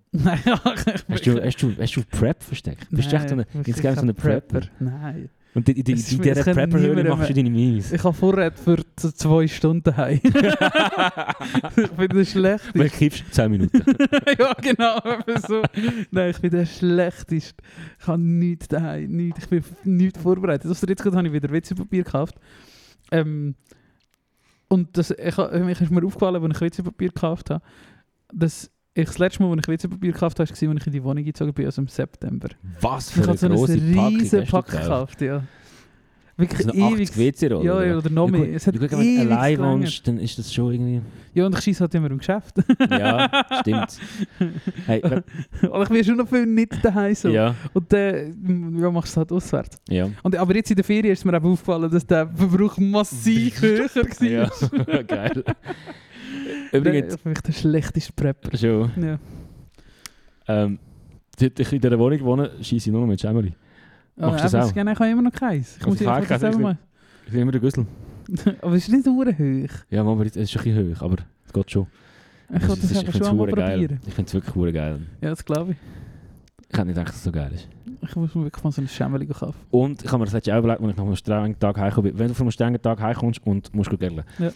Nein, ja, Hast du, hast du, hast du Prep versteckt? Bist du echt so eine, insgesamt so eine Prepper? Nein. Und in, in, in, in dieser Prepper-Höhle machst du deine Memes? Ich habe vorher für so zwei Stunden heim. Ich bin der Schlechteste. Weil kippst du zehn Minuten. Ja, genau. So. Nein, ich bin der Schlechteste. Ich habe nichts daheim. Nichts. Ich bin nichts vorbereitet. Also jetzt gerade habe ich wieder W C-Papier gekauft. Ähm, und das, ich, mich ist mir aufgefallen, als ich W C-Papier gekauft habe, dass ich das letzte Mal, als ich W C-Papier gekauft habe, war, als ich in die Wohnung gezogen bin, also im September. Was für ich eine so grosse eine Packung riesen hast du Pack gekauft? gekauft, ja. Wirklich So eine ewig. achtzig W C-Rolle? Ja, ja, oder noch Ja, mehr. gut, Es hat ja, gut, wenn du ewig allein gelangt. wohnst, dann ist das schon irgendwie... Ja, und ich schieße halt immer im Geschäft. Ja, stimmt. Hey, we- Aber ich bin schon noch viel nicht daheim so. ja, Und dann ja, machst du es halt auswärts. ja. Und, aber jetzt in der Ferien ist mir eben aufgefallen, dass der Verbrauch massiv höher war. Ja, geil. Übrigens. Übrigens, Ich bin der schlechteste Prepper. schon, Ja. ähm, seit ich in dieser Wohnung wohne, scheisse ich nur noch mit Schemmeli. Machst du das aber auch? Ich habe immer noch keins. Ich Also muss einfach das Fähigkeit selber ist machen. Ich bin immer der Güssel. Aber es ist nicht nur hoch. Ja, Mann, aber es ist schon ein bisschen hoch, aber es geht schon. Ich Es wollte ist- das ich einfach find's schon mal hure geil. probieren. Ich finde es wirklich hure geil. Ja, das glaube ich. Ich hätte nicht gedacht, dass es so geil ist. Ich muss mir wirklich mal so ein Schemmeli kaufen. Und ich habe mir das letzte auch überlegt, als ich nach einem strengen Tag heimkomme. Wenn du von einem strengen Tag heimkommst und musst grillen, Ja.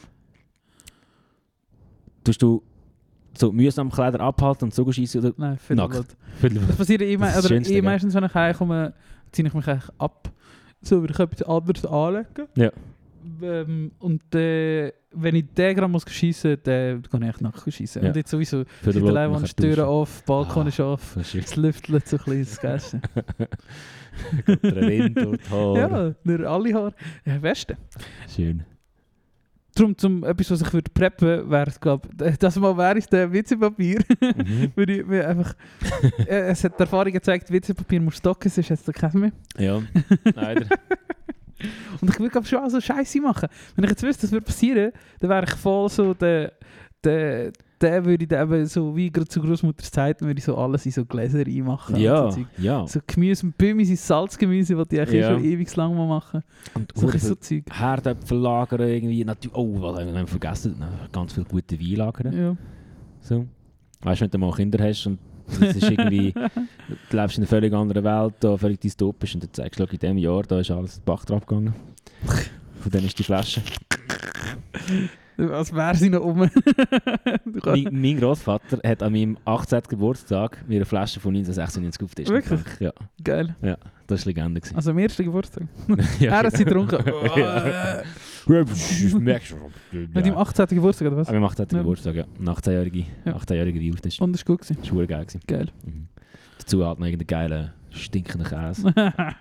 tust du so mühsam Kleider abhalten und so schießen oder Nein, viel Nackt. gut. Viertel- Das passiert eh, Das ist das oder Schönste, eh gell? meistens, wenn ich heimkomme, ziehe ich mich eigentlich ab. So, würde ich etwas anderes anlegen. Ja. Ähm, und äh, wenn ich den gerade muss schiessen, dann gehe ich nachher schiessen. Ja. Und jetzt sowieso, Für die den Lot Leute nachher die Türen duschen. off, Balkon Ah. ist off, Das ist es lüftelt so ein bisschen das Geilste. der Wind durch die Haare. Ja, nur alle Haare. Ja, Beste. Schön. Darum, zum etwas, was ich würde preppen, wäre es, glaube ich, das mal wäre es der W C-Papier. Mhm. Würde ich mir einfach... äh, es hat die Erfahrung gezeigt, W C-Papier muss stocken, sonst hat es keinen mehr. Ja, leider. Und ich würde glaube schon auch so Scheiße machen. Wenn ich jetzt wüsste, das würde passieren, dann wäre ich voll so der... der der würde ich dann eben so, wie gerade zu Großmutters Zeiten, würde ich so alles in so Gläser reinmachen. Ja, Und so, Zeug. ja. So Gemüse und Bäume sind Salzgemüse, das die eigentlich Ja. eh schon ewig lang mal machen. Und So, hure so viel Zeug. Herdöpfel lagern irgendwie. Natürlich, oh, was haben wir vergessen? Na, ganz viel gute Wein lagern. Ja. So. Weißt du, wenn du mal Kinder hast und es ist irgendwie, du lebst in einer völlig anderen Welt, da völlig dystopisch und dann zeigst du, schau, in diesem Jahr da ist alles den Bach drauf gegangen. Von dem ist die Flasche. Als wäre sie noch um. Du kannst- mein mein Großvater hat an meinem achtzehnten Geburtstag mir eine Flasche von neunzehnhundertsechsundneunzig auf den Tisch Wirklich? gebracht. Ja, Geil. das war Legende. gewesen. Also am ersten Geburtstag. Ja, Er hat sie getrunken. Ja. Merkst du schon. Mit dem achtzehnten Geburtstag oder was? Aber wir machen den Ja. Geburtstag, ja. Ein achtzehnjährige Ja. achtzehnjährige Deal. Das war Und das war gut gewesen. schwer geil. Gewesen. Geil. Mhm. Dazu halt noch irgendeinen geilen, stinkenden Käse.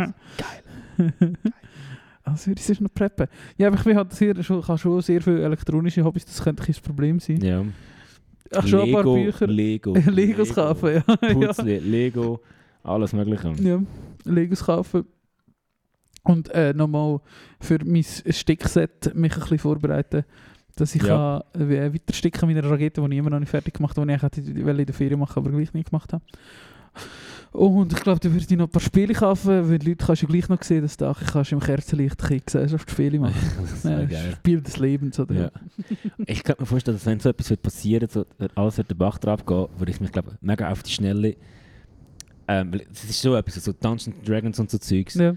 Geil. Also würde ich sonst noch preppen. Ja, aber ich bin halt sehr, schon, ich habe schon sehr viele elektronische Hobbys, das könnte ein Problem sein. Ja. Ach, schon ein paar Lego, Bücher. Lego. Legos kaufen, ja. ja. Putzli, Lego, alles mögliche. Ja, Legos kaufen. Und äh, nochmal für mein Stickset mich ein bisschen vorbereiten, dass ich Ja. kann, äh, weiter sticken meiner Rakete, die ich immer noch nicht fertig gemacht habe, die ich eigentlich hätte in der Ferien machen, aber gleich nicht gemacht habe. Und ich glaube, da würde ich noch ein paar Spiele kaufen, weil die Leute kannst du gleich noch sehen, dass du kannst im Kerzenlicht ein Gesellschaftsspiele machen. Das Ja, wäre geil. Spiel des Lebens, oder? Ja. Ich kann mir vorstellen, dass wenn so etwas wird passieren so, alles wird den Bach drauf gehen, würde ich mich glaube mega auf die Schnelle. Ähm, weil es ist so etwas, so Dungeons and Dragons und so Zeugs. Ja.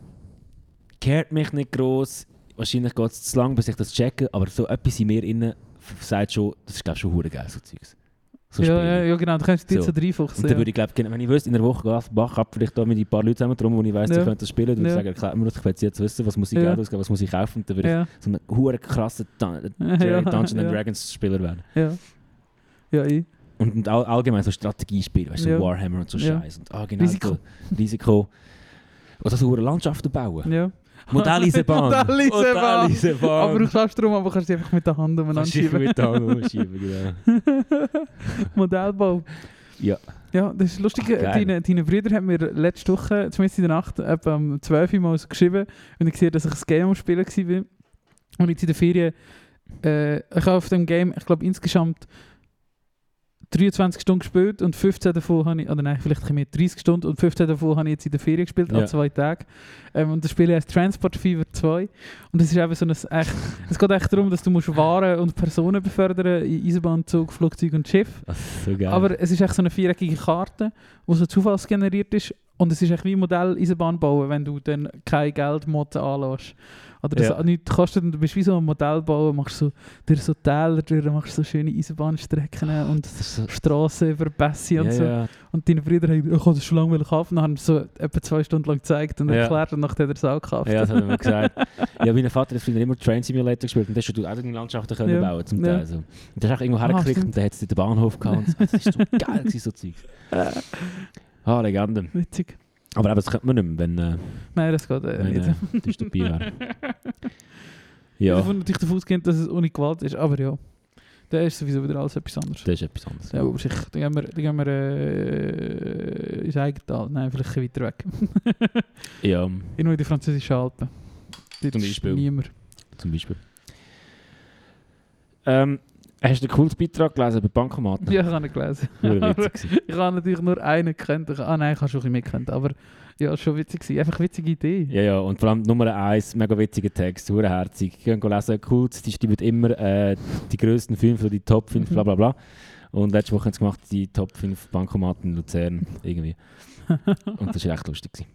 Kehrt mich nicht gross. Wahrscheinlich geht es zu lang, bis ich das checke, aber so etwas in mir innen f- sagt schon, das ist glaube ich schon hure geil, so Zeugs. So Ja, Spiele. ja, ja, genau, da kannst du dir So. so reinfuchsen. Und dann Ja. würde ich glaube, wenn ich wüsste, in einer Woche geht es Bach ab, vielleicht da mit ein paar Leuten zusammen drum, wo ich weiss, Ja. die können das spielen, dann würde ich Ja. sagen, erklär mir das, ich will jetzt wissen, was muss ich Ja. Geld ausgeben, was muss ich kaufen, und dann würde Ja. ich so ein hure krasser Dun Ja, Dungeons and ja. Dragons Spieler werden. Ja. Ja, ich. Und, und all, allgemein so Strategiespiele, weißt du, Ja. so Warhammer und so Ja. Scheiß. Und ah, genau, Risiko. So, Risiko. Oder so hure Landschaften bauen. Ja. Modelleisenbahn. Modelleisenbahn. Modelleisenbahn. Aber du kannst drum, aber kannst du einfach mit der Hand umeinander Kannst du schieben. mit der Hand umschieben, genau. Modellbau. Ja. Ja, das ist lustig. Ach, geil. Deine, deine Brüder haben mir letzte Woche, zumindest in der Nacht, etwa um zwölf Uhr mal so geschrieben, und ich gesehen, dass ich ein Game am Spielen war. Und jetzt in der Ferien, äh, ich habe auf dem Game, ich glaube insgesamt dreiundzwanzig Stunden gespielt und fünfzehn davon habe ich, oder nein, vielleicht ein bisschen mehr, dreißig Stunden und fünfzehn davon habe ich jetzt in der Ferien gespielt, Ja. an zwei Tagen. Ähm, und das Spiel heißt Transport Fever zwei. Und es ist eben so ein, echt, es geht echt darum, dass du musst Waren und Personen befördern in Eisenbahn, Zug, Flugzeug und Schiff. Das ist so geil. Aber es ist echt so eine viereckige Karte, die so zufallsgeneriert ist. Und es ist echt wie ein Modell Eisenbahn bauen, wenn du dann kein Geldmod anlässt. Oder das Ja. nichts kostet und du bist wie so ein Modell bauen, machst so durch so Täler, durch, machst so schöne Eisenbahnstrecken und das ist so, Strassen über Pässe und ja, so. ja. Und deine Brüder haben, ich habe das schon lange kaufen, dann haben sie so etwa zwei Stunden lang gezeigt und Ja. erklärt und nachher hat er es auch gekauft. Ja, das hat er mir gesagt. Ja, mein Vater hat früher immer Train Simulator gespielt und da hast du auch in Landschaften können Ja. bauen zum Ja. Teil. Also. Und da hast du auch irgendwo Ah, hergeklickt stimmt. und dann hat es den Bahnhof gehabt. Und das ist so geil gewesen, so Zeug. Ah, Legende. Witzig. Aber eben, das könnte man nicht mehr, wenn, äh, Nein, das geht äh, wenn nicht. äh, Dystopie wäre. Ich Ja, davon natürlich davon ausgehen, dass es ohne Gewalt ist, aber ja. Da ist sowieso wieder alles etwas anderes. das ist etwas anderes. Ja, aber sicher. Dann gehen wir, dann gehen wir äh, ins Eigental. Nein, vielleicht ein bisschen weiter weg. Ja, Irgendwo in die französischen Alpen. Dort Zum ist Beispiel. niemand. zum Beispiel. Ähm, hast du einen coolen Beitrag gelesen über Bankomaten? Ja, ich habe ihn gelesen. Hure Aber witzig gewesen. ich habe natürlich nur einen gekannt. Ich- Ah nein, ich habe schon ein bisschen mitgekannt. Aber ja, schon witzig gewesen. Einfach eine witzige Idee. Ja, ja, und vor allem Nummer eins, mega witziger Text, hure herzig. Ich kann lesen, cool, die stimmt immer äh, die grössten fünf oder die Top fünf, Mhm. bla bla bla. Und letzte Woche haben sie gemacht, die Top fünf Bankomaten in Luzern, irgendwie. Und das war echt lustig gewesen.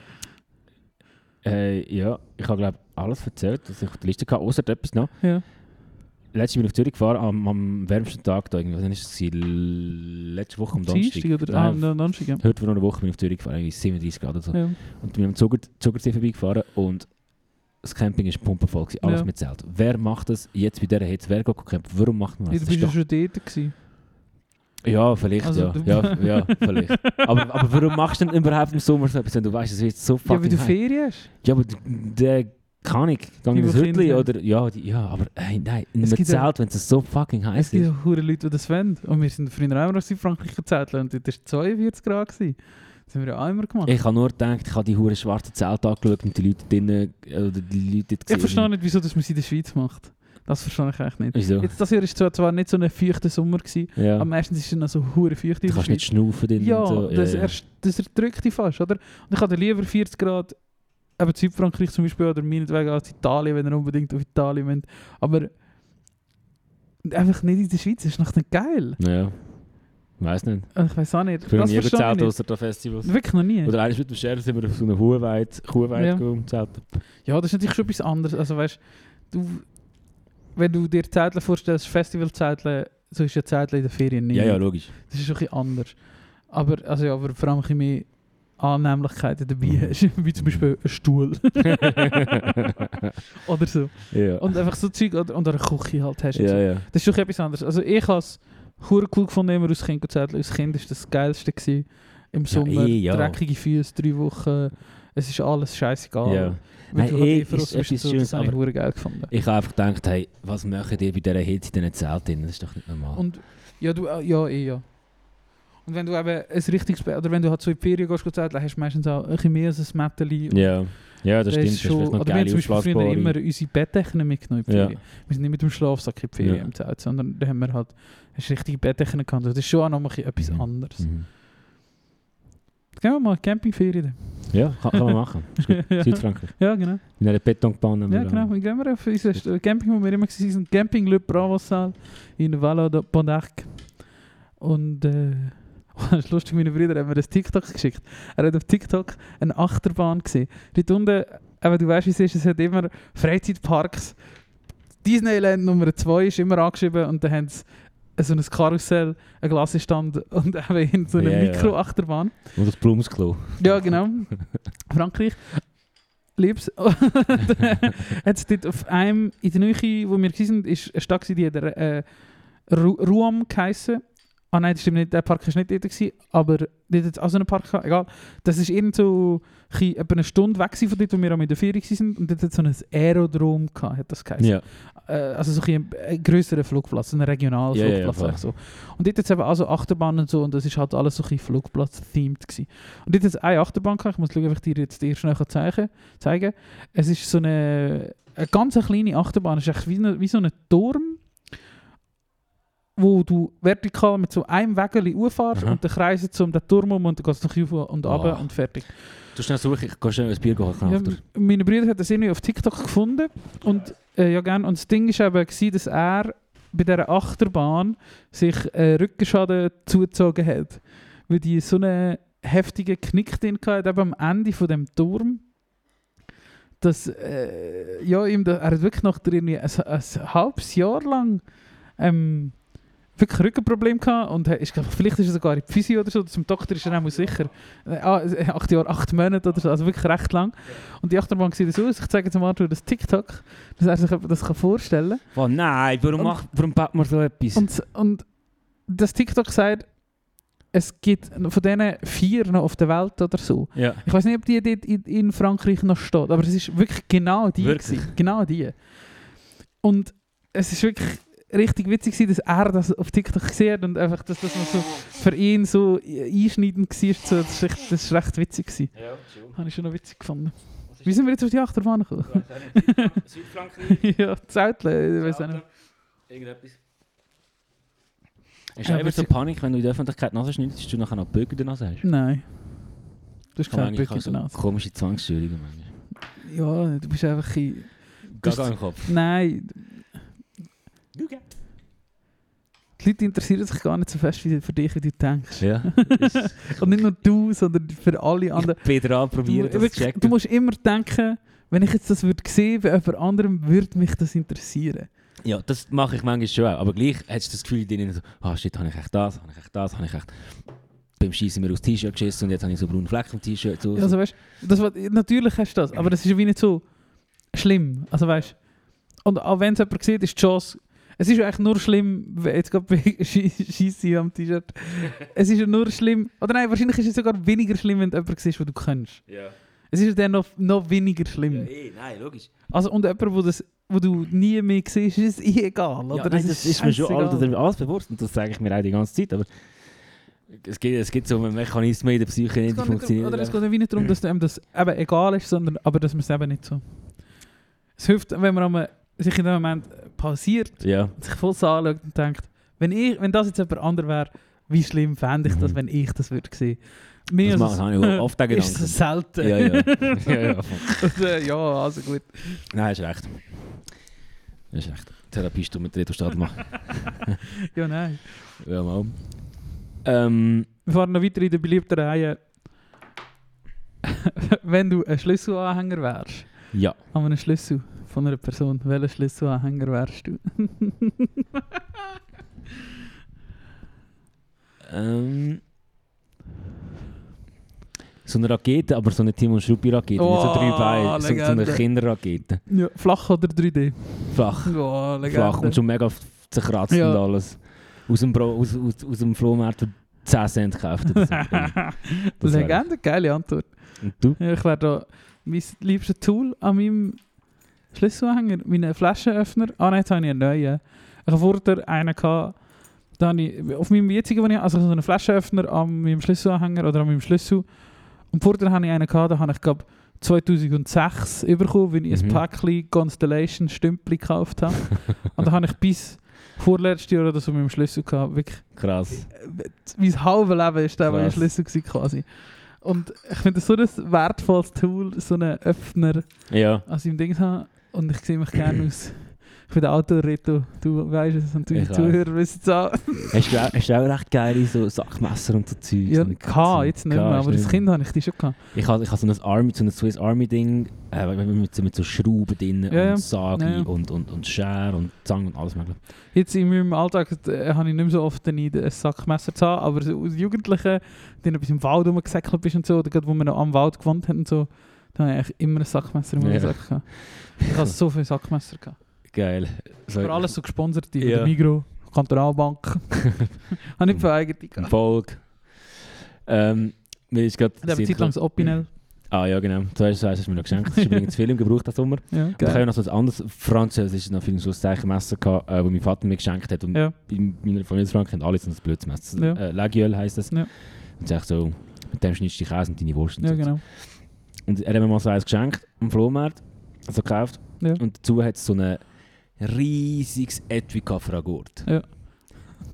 Äh, ja, ich habe glaube alles erzählt, was ich auf der Liste hatte, außer etwas noch. Ja. Letztes Mal bin ich auf Zürich gefahren, am, am wärmsten Tag da, irgendwie, wann ist es? gewesen? Letzte Woche am Donnerstag. Dienstag oder ah, Nein, am Donnerstag, ja. heute vor einer Woche bin ich auf Zürich gefahren, irgendwie siebenunddreißig Grad oder so. Ja. Und bin am Zuger, Zugersee vorbeigefahren und das Camping ist pumpenvoll gewesen, alles Ja. mit Zelt. Wer macht das jetzt bei dieser Hitze? Wer geht campen? Warum macht man Ja, das? du Das bist ist ja doch, schon dort gewesen. ja, vielleicht, Also ja. du- ja. Ja, vielleicht. aber, aber warum machst du denn überhaupt im Sommer so etwas, wenn du weißt, es wird so Ja, weil fucking du heiß? Ferien hast. Ja, aber der kann ich. Geh Die, in das die Kinder Hütli haben. oder... Ja, die, ja, aber hey, nein, in Es einem gibt ja- Zelt, wenn es so fucking Es heiß gibt ist. ja hure Leute, die das wollen. Und wir sind früher auch immer aus Südfrankreich gezeltet und dort war zweiundvierzig Grad. gewesen. Das haben wir ja auch immer gemacht. Ich habe nur gedacht, ich habe die hure schwarzen Zelte angeschaut und die Leute drinnen... Oder die Leute dort Ich gesehen. verstehe nicht, wieso das man es in der Schweiz macht. Das verstehe ich eigentlich nicht. Wieso? Jetzt, das Jahr war zwar, zwar nicht so ein feuchter Sommer, gewesen, Ja. aber meistens ist es noch so hure feucht in Du der kannst nicht Schweiz. schnaufen drinnen Ja, und so. das, ja, ja. erst- das erdrückt dich fast, oder? Und ich hatte lieber vierzig Grad, eben Südfrankreich zum Beispiel, oder meinetwegen als Italien, wenn ihr unbedingt auf Italien wollt. Aber einfach nicht in der Schweiz, das ist noch nicht geil. Ja. Weiß nicht. Also ich weiß auch nicht. Ich bin noch Das nie verstehe ich gezählt nicht. außer der Festivals. Wirklich noch nie. Oder eines mit dem Sheriff sind wir auf so einer Kuhweide, Kuhweide Ja. gegangen, zelten. Ja, das ist natürlich schon etwas anderes. Also weißt du, wenn du dir Zeitler vorstellst, Festivalzeitler, so ist ja Zeitler in der Ferien nicht. Ja, ja, logisch. Das ist schon ein bisschen anders. Aber, also ja, aber vor allem ein bisschen mehr Annehmlichkeiten dabei hast, wie zum Beispiel ein Stuhl. Oder so. ja. Und einfach so Zeug oder, und eine Küche halt hast. und ja, so. ja. Das ist schon etwas anderes. Also ich habe es hure cool gefunden, immer aus Kind zu Als Kind war das Geilste gewesen. Im Ja, Sommer, eh, ja. dreckige Füße, drei Wochen. Es ist alles scheißegal. ja. Weil Nein, du halt eh, eh verrückt ist bist und etwas so, Schönes, das habe ich aber- hure geil gefunden. Ich habe einfach gedacht, hey, was macht ihr bei dieser Hitze in diesen Zelten? Das ist doch nicht normal. Und ja, du, äh, ja, eh, ja. Und wenn du eben ein richtiges Bett, oder wenn du halt so in die Ferien gehst, gehst hast du meistens auch ein bisschen mehr als ein Mätteli. ja. Ja, das Das stimmt. ist Das ist schon, vielleicht noch oder wir haben geile zum Beispiel früher immer aufblasbare. unsere Bettdecken mitgenommen in die Ja. Ferien. Wir sind nicht mit dem Schlafsack in die Ferien Ja. im Zelt, sondern da haben wir halt hast richtige Bettdecken gehabt. Das ist schon auch noch mal etwas Mhm. anderes. Mhm. Gehen wir mal Campingferien. Ja, kann, kann man machen. Ist gut. ja. Südfrankreich. ja, genau. In einer Betonbahn. haben Ja, wir genau. auch. Wir gehen wir auf unser Camping, wo wir immer waren, sind Camping Le Bravo-Saal in Valla de Bondac. Und äh, das ist lustig, meine Brüder haben mir das TikTok geschickt. Er hat auf TikTok eine Achterbahn gesehen. Dort unten, aber du weißt, wie es ist, es hat immer Freizeitparks. Disneyland Nummer zwei ist immer angeschrieben und dann haben sie so ein Karussell, einen Glasstand und eben so eine Ja, ja. Mikroachterbahn. Und das Blumsklo. Ja, genau. Frankreich. Liebs. Hat es dort auf einem, in der Nähe, wo wir waren, ist eine Stadt, die hat äh, Ru- Ruam geheissen. Ah nein, das stimmt nicht, der Park war nicht dort, gewesen, aber dort hat es auch so einen Park gehabt. Egal. Das ist irgend so chi- etwa eine Stunde weg gewesen von dort, wo wir auch in der Ferien waren. Und dort hat es so ein Aerodrom gehabt, hat das geheißen. Ja. Äh, also so ein, ein grösserer Flugplatz, ein regionaler Ja, ja, ja, Flugplatz. voll. eigentlich so. Und dort hat es eben auch so Achterbahnen und so und das ist halt alles so ein Flugplatz-themed gewesen. Und dort hat es eine Achterbahn gehabt, ich muss schauen, ob ich dir jetzt dir schnell zeigen kann. Zeigen. Es ist so eine, eine ganz kleine Achterbahn, es ist echt wie, eine, wie so ein Turm. wo du vertikal mit so einem Wägeli hochfährst Aha. und dann kreist du um den Turm um und dann gehst du noch rauf und runter Wow. und fertig. Du schnell suchen, ich gehe schnell ein Bier holen. Ja, meine Brüder hat das irgendwie auf TikTok gefunden und, äh, ja, gern. Und das Ding war eben, gewesen, dass er bei dieser Achterbahn sich äh, Rückenschaden zugezogen hat, weil die so einen heftigen Knick drin hatte, eben am Ende von dem Turm, dass äh, ja, ihm da, er hat wirklich noch irgendwie ein, ein halbes Jahr lang ähm, wirklich Rückenproblem gehabt und ich glaube, vielleicht ist er sogar in die Physio oder so, zum Doktor ist er auch sicher. Äh, acht Jahre, acht Monate oder so, also wirklich recht lang. Und die Achterbahn sieht so aus, ich zeige jetzt mal das TikTok, dass er sich das kann vorstellen kann. Oh nein, warum, Und- macht, warum baut man so etwas? Und, und das TikTok sagt, es gibt von diesen vier noch auf der Welt oder so. ja. Ich weiß nicht, ob die dort in, in Frankreich noch steht, aber es ist wirklich genau die. Wirklich? Gewesen. Genau die. Und es ist wirklich richtig witzig gewesen, dass er das auf TikTok gesehen hat und einfach, dass das noch so für ihn so einschneidend war. So, das ist echt, das ist recht witzig gewesen. Ja, schon. Habe ich schon noch witzig gefunden. Wie sind wir jetzt auf die Achterbahn gekommen? Südfrankreich? Ja, Zeltle, ich weiß auch nicht. Irgendetwas. Hast du Ja, immer so witzig. Panik, wenn du in der Öffentlichkeit die Nase schneidest, dass du nachher noch Bögen in der Nase hast? Nein. Du hast Kann man keine eigentlich Böcke auch in der so Nase. komische Zwangsstörungen manchmal. Ja, du bist einfach ein... Gaga im Kopf. Nein. Die Leute interessieren sich gar nicht so fest wie für dich, wie du denkst. Ja. Und nicht nur du, sondern für alle anderen. Ich bin dran, Du, probieren das zu wirklich, checken. du musst immer denken, wenn ich jetzt das würde sehen bei jemand anderem, würde mich das interessieren. Ja, das mache ich manchmal schon auch. Aber gleich hast du das Gefühl, in dir so, ah shit, habe ich echt das, habe ich echt das, habe ich echt... Beim Schießen mir aus dem T-Shirt geschissen und jetzt habe ich so braune Flecken im T-Shirt. So, Ja, also, weißt, das, was- natürlich hast du das, aber das ist wie nicht so schlimm. Also, weißt, und auch wenn es jemand sieht, ist die Chance... Es ist ja eigentlich nur schlimm, wenn jetzt gerade bei Scheisse am T-Shirt. Es ist ja nur schlimm... Oder nein, wahrscheinlich ist es sogar weniger schlimm, wenn du jemanden siehst, den du kennst. Ja. Es ist ja dann noch, noch weniger schlimm. Ja, eh, nein, logisch. Also, und jemand, wo, das, wo du nie mehr siehst, ist es eh egal. Oder? Ja, nein, das ist mir schon scheissegal. alles, alles bewusst und das sage ich mir auch die ganze Zeit. Aber es gibt, es gibt so Mechanismen in der Psyche, die Es geht nicht darum, funktionieren. oder es geht wie nicht darum, dass einem das eben egal ist, sondern aber dass man es eben nicht so... Es hilft, wenn man einmal sich in dem Moment pausiert Ja. und sich voll anschaut und denkt, wenn, ich, wenn das jetzt jemand anderes wäre, wie schlimm fände ich das, Mhm. wenn ich das würde sehen? Mir Das ist mache es- habe ich oft den ist es Gedanken. selten. Ja, ja. ja, ja, voll. Und, äh, ja, also gut. Nein, hast recht. Hast recht. Therapiestunde mit Reto Stadt machen. Ja, nein. Ja, mal. Ähm, Wir fahren noch weiter in der beliebten Reihe. Wenn du ein Schlüsselanhänger wärst, ja. an einem Schlüssel von einer Person, welcher Schlüsselanhänger wärst du? Ähm, so eine Rakete, aber so eine Timon Struppi-Rakete. nicht so drei Oh, Beine, so, so eine Legende. Kinderrakete. Ja, flach oder drei D? Flach. Oh, Flach und schon mega zerkratzt Ja. und alles. Aus dem, Bro, aus, aus, aus dem Flohmarkt für zehn Cent gekauft. Oder so. Das wär- Legende, geile Antwort. Und du? Ja, ich wäre da mein liebstes Tool an meinem Schlüsselanhänger, meinen Flaschenöffner. Ah nein, jetzt habe ich einen neuen. Ich hatte vorher einen, gehabt, da habe ich auf meinem jetzigen, wo ich- also so einen Flaschenöffner an meinem Schlüsselanhänger oder an meinem Schlüssel. Und vorher hatte ich einen, gehabt, da habe ich glaube zweitausendsechs bekommen, weil ich Mhm. ein Päckchen Constellation Stümpli gekauft habe. Und da habe ich bis vorletztes Jahr oder so mit dem Schlüssel gehabt. Wirklich, Krass. mein halbes Leben ist der mein Krass. Schlüssel gewesen, quasi. Und ich finde das so ein wertvolles Tool, so einen Öffner Ja. an seinem Ding zu haben. Und ich sehe mich gerne aus. Ich bin der Autoreto, du weißt es, und Ich die Zuhörer wissen es auch. Hast du, auch, hast du auch recht geile so Sackmesser und so Zeug? Ja, so kann, jetzt nicht mehr, Kann, aber ist als nicht Kind habe ich die schon gehabt. Ich habe ich ha so ein Army, so ein Swiss Army Ding, äh, mit, so- mit so Schrauben drin Ja, ja. und Sagi Ja, ja. und, und, und Schere und Zangen und alles mögliche. Jetzt in meinem Alltag äh, habe ich nicht mehr so oft den Eid, ein Sackmesser zu haben, aber so als Jugendliche, die ein bisschen im Wald rumgesäckelt bist und so, oder gerade wo wir noch am Wald gewohnt haben und so, da habe ich eigentlich immer ein Sackmesser in meinem Ja. Sack gehabt. Ich habe so viele Sackmesser gehabt. Geil. So, Für alles so gesponsert, die Ja. ja. Migros, Kantonalbank. habe nicht für eigene Ein gehabt. Volk. Ähm, mir ist gerade... Ich habe eine Zeit lang das Opinel. Ah ja, genau. Du hast, du hast es mir noch geschenkt. Das ist übrigens viel im Gebrauch diesen Sommer. Ja, Und ich habe geil. noch so ein anderes französisches noch ein Messer gehabt, äh, das mein Vater mir geschenkt hat. Und Ja. in meiner Familie in Frankreich haben alle so ein blödes Messer. Ja. Äh, Laguiole heisst das. Ja. Und es ist echt so, mit dem schneidest du die Käse und deine Wurst. Und Ja, so. genau. Und er hat mir mal so eins geschenkt, am Flohmarkt, also gekauft. Ja. Und dazu hat es so ein riesiges Etui gehabt für einen Gurt. Ja.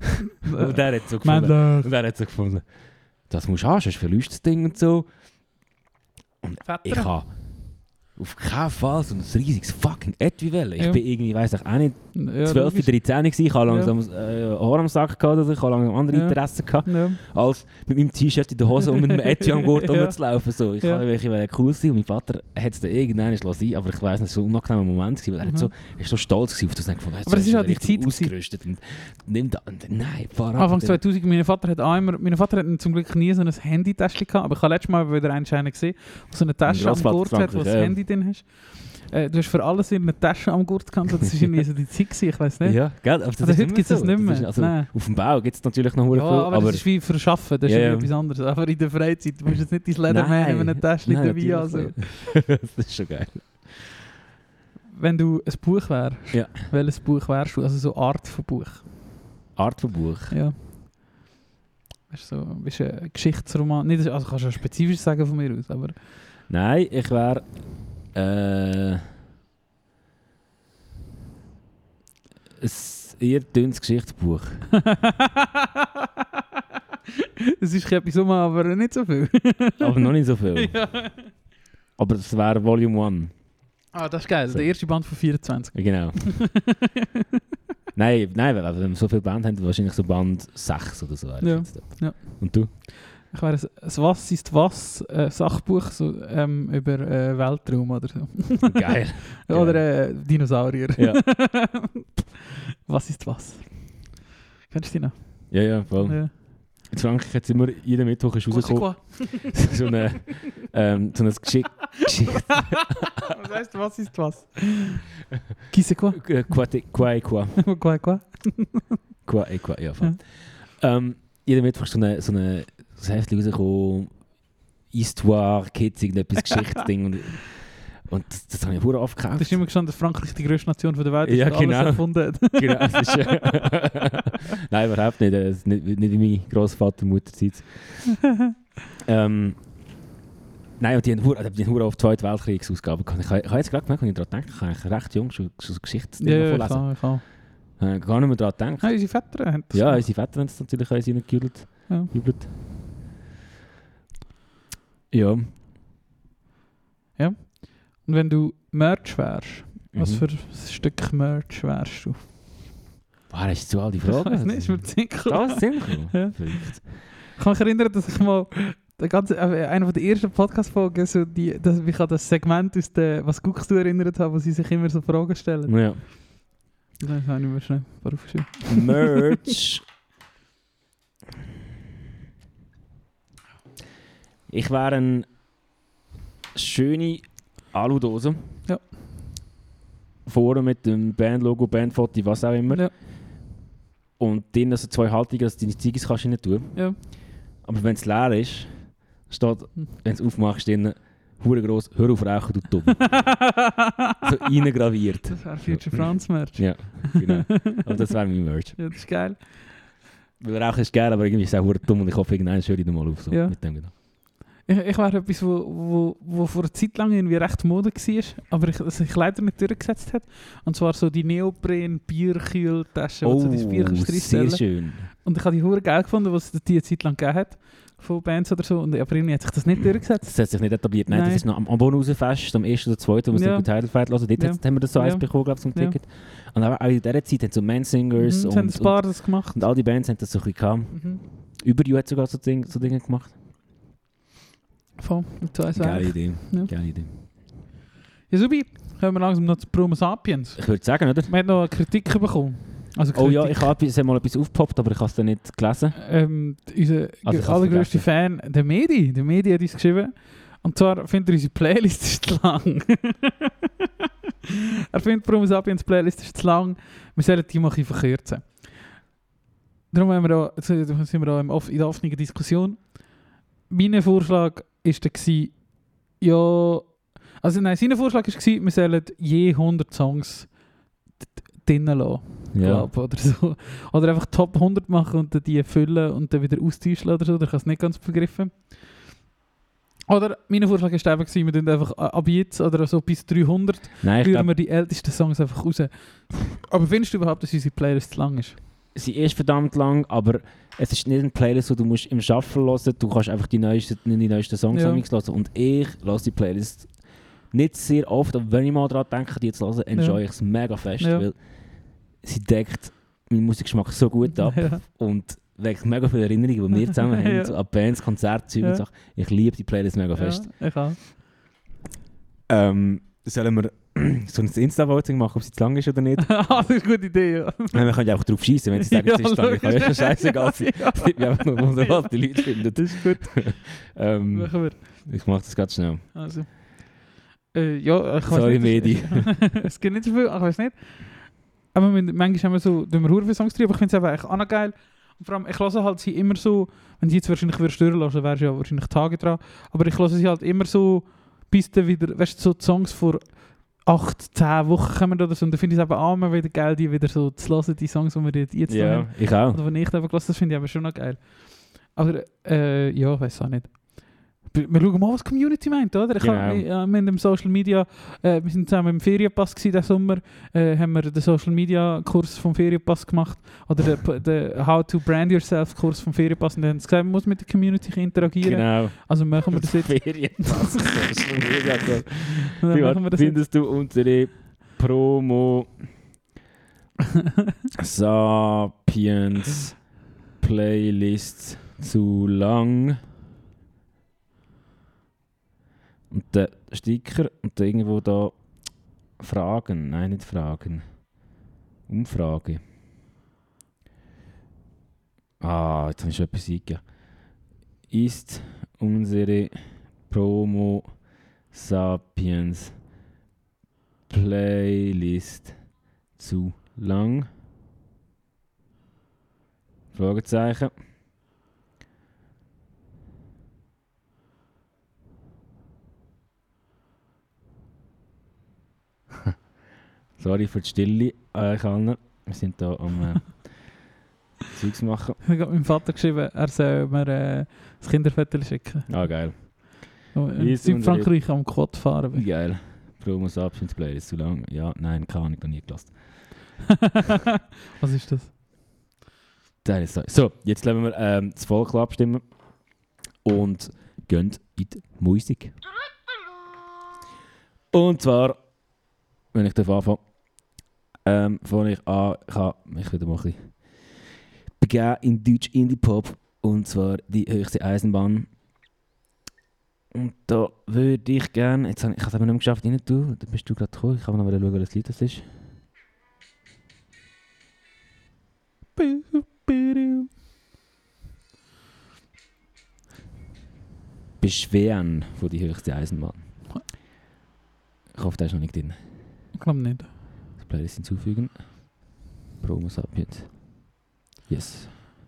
Und der hat so gefunden, Männlich. und der hat so gefunden, das musst du haben, sonst verlierst du das Ding und so. Und ich Vetter. habe auf keinen Fall so ein riesiges fucking Etui wählen. Ich Ja. bin irgendwie, weiss ich auch nicht, Ja, zwölf, logisch. dreizehn gewesen. Ich hatte Ja. langsam äh, Haar am Sack gehabt, oder ich hatte langsam andere Ja. Interessen gehabt, Ja. als mit meinem T-Shirt in der Hose und mit einem Etui am Gurt Ja. rumzulaufen. So. Ich Ja. wollte wirklich cool sein und mein Vater hat es dann irgendwann lassen, aber ich weiss nicht, so ein unangenehmer Moment gewesen, weil er Mhm. hat so, er ist so stolz gewesen auf das. Und gefunden, Aber es ist halt die richtig Zeit gewesen. ausgerüstet und nimm da, und, nein, fahr ab. Anfang Und dann- zweitausend, mein Vater hat auch immer, mein Vater hat zum Glück nie so ein Handy-Täschchen gehabt, aber ich habe letztes Mal wieder einen Schein gesehen, wo so eine Tasche am Grossvater Gurt hat, wo Frankreich, das ja. Handy drin hast. Äh, du hast für alles in einer Tasche am Gurt gehabt, das war irgendwie so die Zeit gewesen, ich weiß nicht. Ja, gell? Aber das Also ist heute immer gibt es das so. nicht mehr. ist, also, Nein. auf dem Bau gibt es natürlich noch Ja, ja, viel, aber, aber das ist wie für Schaffen, das ist Ja, ja, ja. etwas anderes. Aber in der Freizeit musst du jetzt nicht dein Lederman in einem Täschchen nein, dabei haben. Also. natürlich nicht. Das ist schon geil. Wenn du ein Buch wärst, Ja. welches Buch wärst du? Also so Art von Buch. Art von Buch. Ja. Weißt du, so, bist du ein Geschichtsroman? Nicht, also kannst du ja spezifisch sagen von mir aus, aber... Nein, ich wäre äh, ein eher dünnes Geschichtsbuch. Das ist etwas um, aber nicht so viel. Aber noch nicht so viel. Ja. Aber das wäre Volume eins. Ah, das ist geil. So. Der erste Band von vierundzwanzig. Ja, genau. nein, nein, weil wenn wir so viele Band haben, wahrscheinlich so Band sechs oder so. wäre Ja, jetzt. ja. Und du? Ich wäre ein, ein «Was ist was» äh, Sachbuch so, ähm, über äh, Weltraum oder so. Geil. Oder äh, Dinosaurier. Ja. «Was ist was». Kennst du die noch? Ja, ja, voll. Ja. In Frankreich hat immer jeden Mittwoch ist rausgekommen. so, eine, ähm, so ein Geschick. Geschick Was heißt «Was ist was»? Qui c'est quoi? Quoi, te- quoi, et quoi. Quoi, quoi? Quoi, et quoi, ja, voll. Ähm, jeden Mittwoch ist so eine, so eine so ein Heftchen rausgekommen. Histoire, Kids, irgendetwas, Geschichtsding. Und, und das, das habe ich verdammt oft gekauft. Du hast immer gestanden, dass Frankreich die grösste Nation der Welt ist, Ja, die genau. alles erfunden hat. Genau, das ist, äh, Nein, überhaupt nicht. Das ist nicht, nicht wie mein Grossvater, Mutterzeit. ähm, nein, und die haben verdammt- die haben verdammt auf die Zweite Weltkriegsausgabe gehabt. Ich habe ich habe jetzt gerade gemerkt, wenn ich daran denke, ich habe eigentlich recht jung schon, schon so Geschichtsdinge Ja, ich vorlesen. kann, ich kann. Ich habe gar nicht mehr daran gedacht. Ja, unsere Väter haben das Ja, gemacht. unsere Väter haben es natürlich auch reingejubelt. Ja. Jubelt. Ja. Und wenn du Merch wärst, was Mhm. für ein Stück Merch wärst du? Boah, hast du all die Ich Fragen? weiß nicht, ist mir zu Das sind cool. Ja. Verrückt. Ich kann mich erinnern, dass ich mal der ganze, äh, einer der ersten Podcast-Folgen so die, dass ich an das Segment aus der «Was guckst du» erinnert habe, wo sie sich immer so Fragen stellen. Ja. Das habe ich mir schnell ein paar aufgeschrieben. Merch. Ich wäre eine schöne Aludose. Ja. Vorne mit dem Bandlogo, Bandfoto, was auch immer. Ja. Und drinnen so zwei Haltungen, dass du deine Ziggis kannst rein tun. Ja. Aber wenn es leer ist, steht, Hm. wenn du es aufmachst, drinnen, hure gross, hör auf rauchen, du dumm. So reingraviert. Das wäre Future Franz Merch. Ja, genau. Aber das wäre mein Merch. Ja, das ist geil. Weil Rauchen ist geil, aber irgendwie ist es auch hure dumm und ich hoffe, irgendwann höre ich mal auf. So, Ja. mit dem Gedanken. Ich, ich wäre etwas, wo, wo, wo vor einer Zeit lang irgendwie recht Mode war, aber ich, das sich leider nicht durchgesetzt hat. Und zwar so die Neopren-Bierkühltaschen, wo du so dein Bier kannst sehr reinstellen. schön. Und ich habe die hure geil gefunden, was es die eine Zeit lang gegeben hat, von Bands oder so. Und, aber irgendwie hat sich das nicht durchgesetzt. Das hat sich nicht etabliert. Nein, Nein. das ist noch am Abonnenfest, am ersten oder zweiten, wo wir Ja. es Title Fight hören. Dort Ja. hat's- haben wir das so eins Ja. bekommen, glaube ich, zum Ja. Ticket. Und aber auch in dieser Zeit haben so Mansingers Mhm, und, haben ein paar und, das gemacht. und all die Bands haben das so ein bisschen gehabt. Mhm. Überju hat sogar so, Ding, so Dinge gemacht. Voll, und so eins Geile weg. Idee. Ja. Geile Idee. Ja, Subi, kommen wir langsam noch zu Promo Sapiens. Ich würde sagen, oder? Wir haben noch eine Kritik bekommen. Also Oh ja, Kritik. ich habe es hat mal etwas aufgepoppt, aber ich habe es dann nicht gelesen. Ähm, unser Also ich hab's allergrößte Fan, der Medi, der Medi hat uns geschrieben. Und zwar findet er unsere Playlist ist zu lang. Er findet Promo Sapiens Playlist ist zu lang. Wir sollen die mal ein bisschen verkürzen. Darum haben wir da, jetzt sind wir da in der offenen Diskussion. Mein Vorschlag war dann, ja... Also nein, sein Vorschlag war, wir sollen je hundert Songs d- drinnen lassen. Ja. Glaub, oder so. Oder einfach Top hundert machen und dann die füllen und dann wieder austauschen oder so. Ich habe es nicht ganz begriffen. Oder mein Vorschlag war einfach, wir tun einfach ab jetzt oder so bis dreihundert Nein, ich rühren glaube, wir die ältesten Songs einfach raus. Aber findest du überhaupt, dass unsere Playlist zu lang ist? sie ist verdammt lang, aber es ist nicht eine Playlist, wo du musst im Shuffle hören, du kannst einfach die neuesten, die neuesten Songs Ja. hören. Und ich höre die Playlist nicht sehr oft, aber wenn ich mal daran denke, die zu hören, enjoy Ja. ich es mega fest, Ja. weil sie deckt meinen Musikgeschmack so gut ab Ja. und weckt mega viele Erinnerungen, die wir zusammen haben, Ja. so an Bands, Konzerte, Zeug Ja. und Sachen. Ich liebe die Playlist mega fest. Ja, ich auch. Ähm, sollen wir so ein Insta-Voting machen, ob sie zu lang ist oder nicht? Ah, das ist eine gute Idee, ja. Nein, wir können ja einfach drauf schießen, wenn sie sagen, es ist zu lang. Ich kann ja scheißegal sein. Ja. Es gibt mir einfach nur Wunder, was die Leute finden. Das ist gut. Ähm, Machen wir. ich mache das ganz schnell. Also. Äh, ja, ich weiß Sorry, nicht. Medi. Es gibt nicht so viel, ich weiß nicht. Aber wir, manchmal haben wir so, tun wir hure viele Songs drin, aber ich finde es einfach auch noch geil. Und vor allem, ich höre halt sie immer so, wenn sie jetzt wahrscheinlich wieder stören lassen, wärst du ja wahrscheinlich Tage dran. Aber ich höre sie halt immer so, bis dann wieder, weißt du, so die Songs vor acht, zehn Wochen kommen oder so. Und dann finde ich es eben auch immer wieder geil, die wieder so zu hören, die Songs, die wir jetzt, jetzt Ja, haben. ich auch. Oder wenn ich eben gelassen, das finde ich aber schon noch geil. Aber, äh, ja, ich weiß auch nicht. Wir schauen mal, was die Community meint, oder? Ich Genau. habe äh, mit dem Social Media, äh, wir sind zusammen im Ferienpass gewesen, diesen Sommer, äh, haben wir den Social Media Kurs vom Ferienpass gemacht, oder den, den How to Brand Yourself Kurs vom Ferienpass, und dann haben sie gesagt, man muss mit der Community interagieren. Genau. Also machen wir das jetzt. Ferienpass. Social Media. Dann Wie machen wir das jetzt. findest du unsere Promo Sapiens Playlist zu lang? Und der Sticker und da irgendwo da Fragen, nein, nicht Fragen. Umfrage. Ah, jetzt habe ich schon etwas eingegeben. Ist unsere Promo Sapiens Playlist zu lang? Fragezeichen. Sorry für die Stille euch allen. Wir sind hier am äh, Zeugs machen. Ich habe meinem Vater geschrieben, er soll mir äh, das Kinderfoto schicken. Ah, geil. In Ist Südfrankreich am Quad fahren. bin. Geil. Promo Sapiens Playlist zu lang. Ja, nein, keine Ahnung, noch nie gelassen. Was ist das? Geile Story. So, jetzt lassen wir ähm, das Volk abstimmen und gehen in die Musik. Und zwar, wenn ich darf anfangen, ähm, fange ich an, ich habe mich wieder mal ein bisschen begeben in Deutsch Indie-Pop, und zwar die höchste Eisenbahn. Und da würde ich gerne, jetzt habe ich, ich habe es aber nicht mehr geschafft, rein zu, da bist du gerade gekommen, ich kann mal schauen, welches Lied das ist. Beschweren von die höchste Eisenbahn. Ich hoffe, der ist noch nicht drin. Ich glaube nicht. Das Playlist hinzufügen. Promo Sapiens. Yes.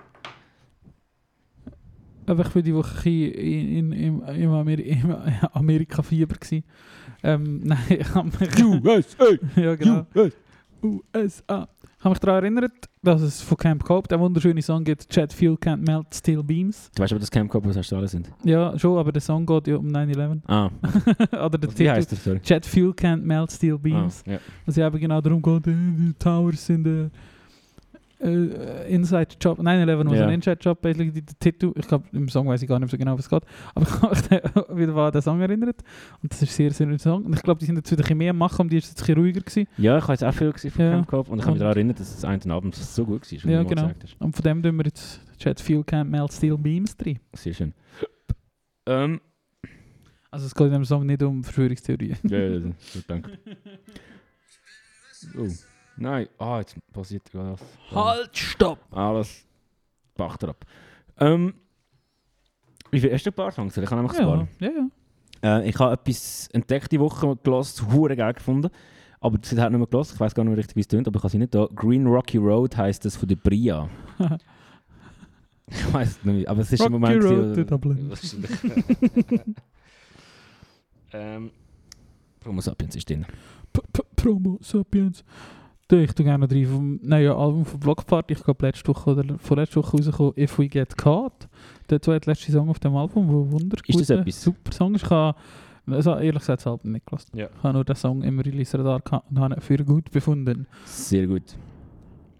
Aber ich war die Woche ein bisschen in, in, im, im, Ameri im Amerika-Fieber gewesen. Ähm, nein, ich habe mich... U S A! ja, genau. U S A! U S A. Ich habe mich daran erinnert, dass es von Camp Cope den wunderschönen Song gibt, Jet Fuel Can't Melt Steel Beams. Du weißt aber, dass Camp Cope was alle sind. Ja, schon, aber der Song geht ja um nine eleven. Ah, Oder der wie Titel heißt der? Sorry. Jet Fuel Can't Melt Steel Beams. Ah, ja. Was ja eben genau darum geht, äh, die Towers sind der äh, Inside Job. nine eleven was Ja. ein Inside Job, basically der Titel. Ich glaube, im Song weiß ich gar nicht so genau, was es geht. Aber ich habe mich wieder an den Song erinnert. Und das ist sehr, sehr ein Song. Und ich glaube, die sind jetzt wieder ein bisschen mehr am Machen, die ist jetzt ein bisschen ruhiger gewesen. Ja, ich habe jetzt auch viel gesehen von Ja. Camp Cope und ich habe mich Und- daran erinnert, dass das eine Abend so gut war, wie Ja, du mal genau. gesagt hast. Und von dem tun wir jetzt Jet Fuel Can't Melt Steel Beams drin. Sehr schön. Ähm, Also es geht in dem Song nicht um Verschwörungstheorien. ja, ja, ja, gut, danke. Oh, nein, ah, jetzt passiert gerade was. Halt, stopp! Alles bacht er ab. Ähm, wie viel hast du ein paar Songs? Ich habe nämlich ein paar. Ja, ja, ja. Äh, ich habe etwas entdeckt die Woche gehört, hure geil gefunden. Aber das hat nicht mehr gehört. Ich weiß gar nicht mehr richtig, wie es tönt, aber ich kann sie nicht da. Green Rocky Road heisst das von der Bria. Ich weiß nicht, aber es ist Rocky im Moment. Road to gewesen, Dublin. oder- ähm, Promo Sapiens ist drin. P -p Promo Sapiens. Da ich tu gerne noch rein vom neuen Album von Block Party. Ich glaube letzte Woche oder vorletzte Woche rausgekommen, If We Get Caught. Der zweitletzte Song auf dem Album, wo wunderbar Ist das etwas? super Song ist. Ich habe, also ehrlich gesagt, das Album nicht gelassen. Ja. Ich habe nur den Song im Release-Radar gehabt und habe ihn für gut befunden. Sehr gut.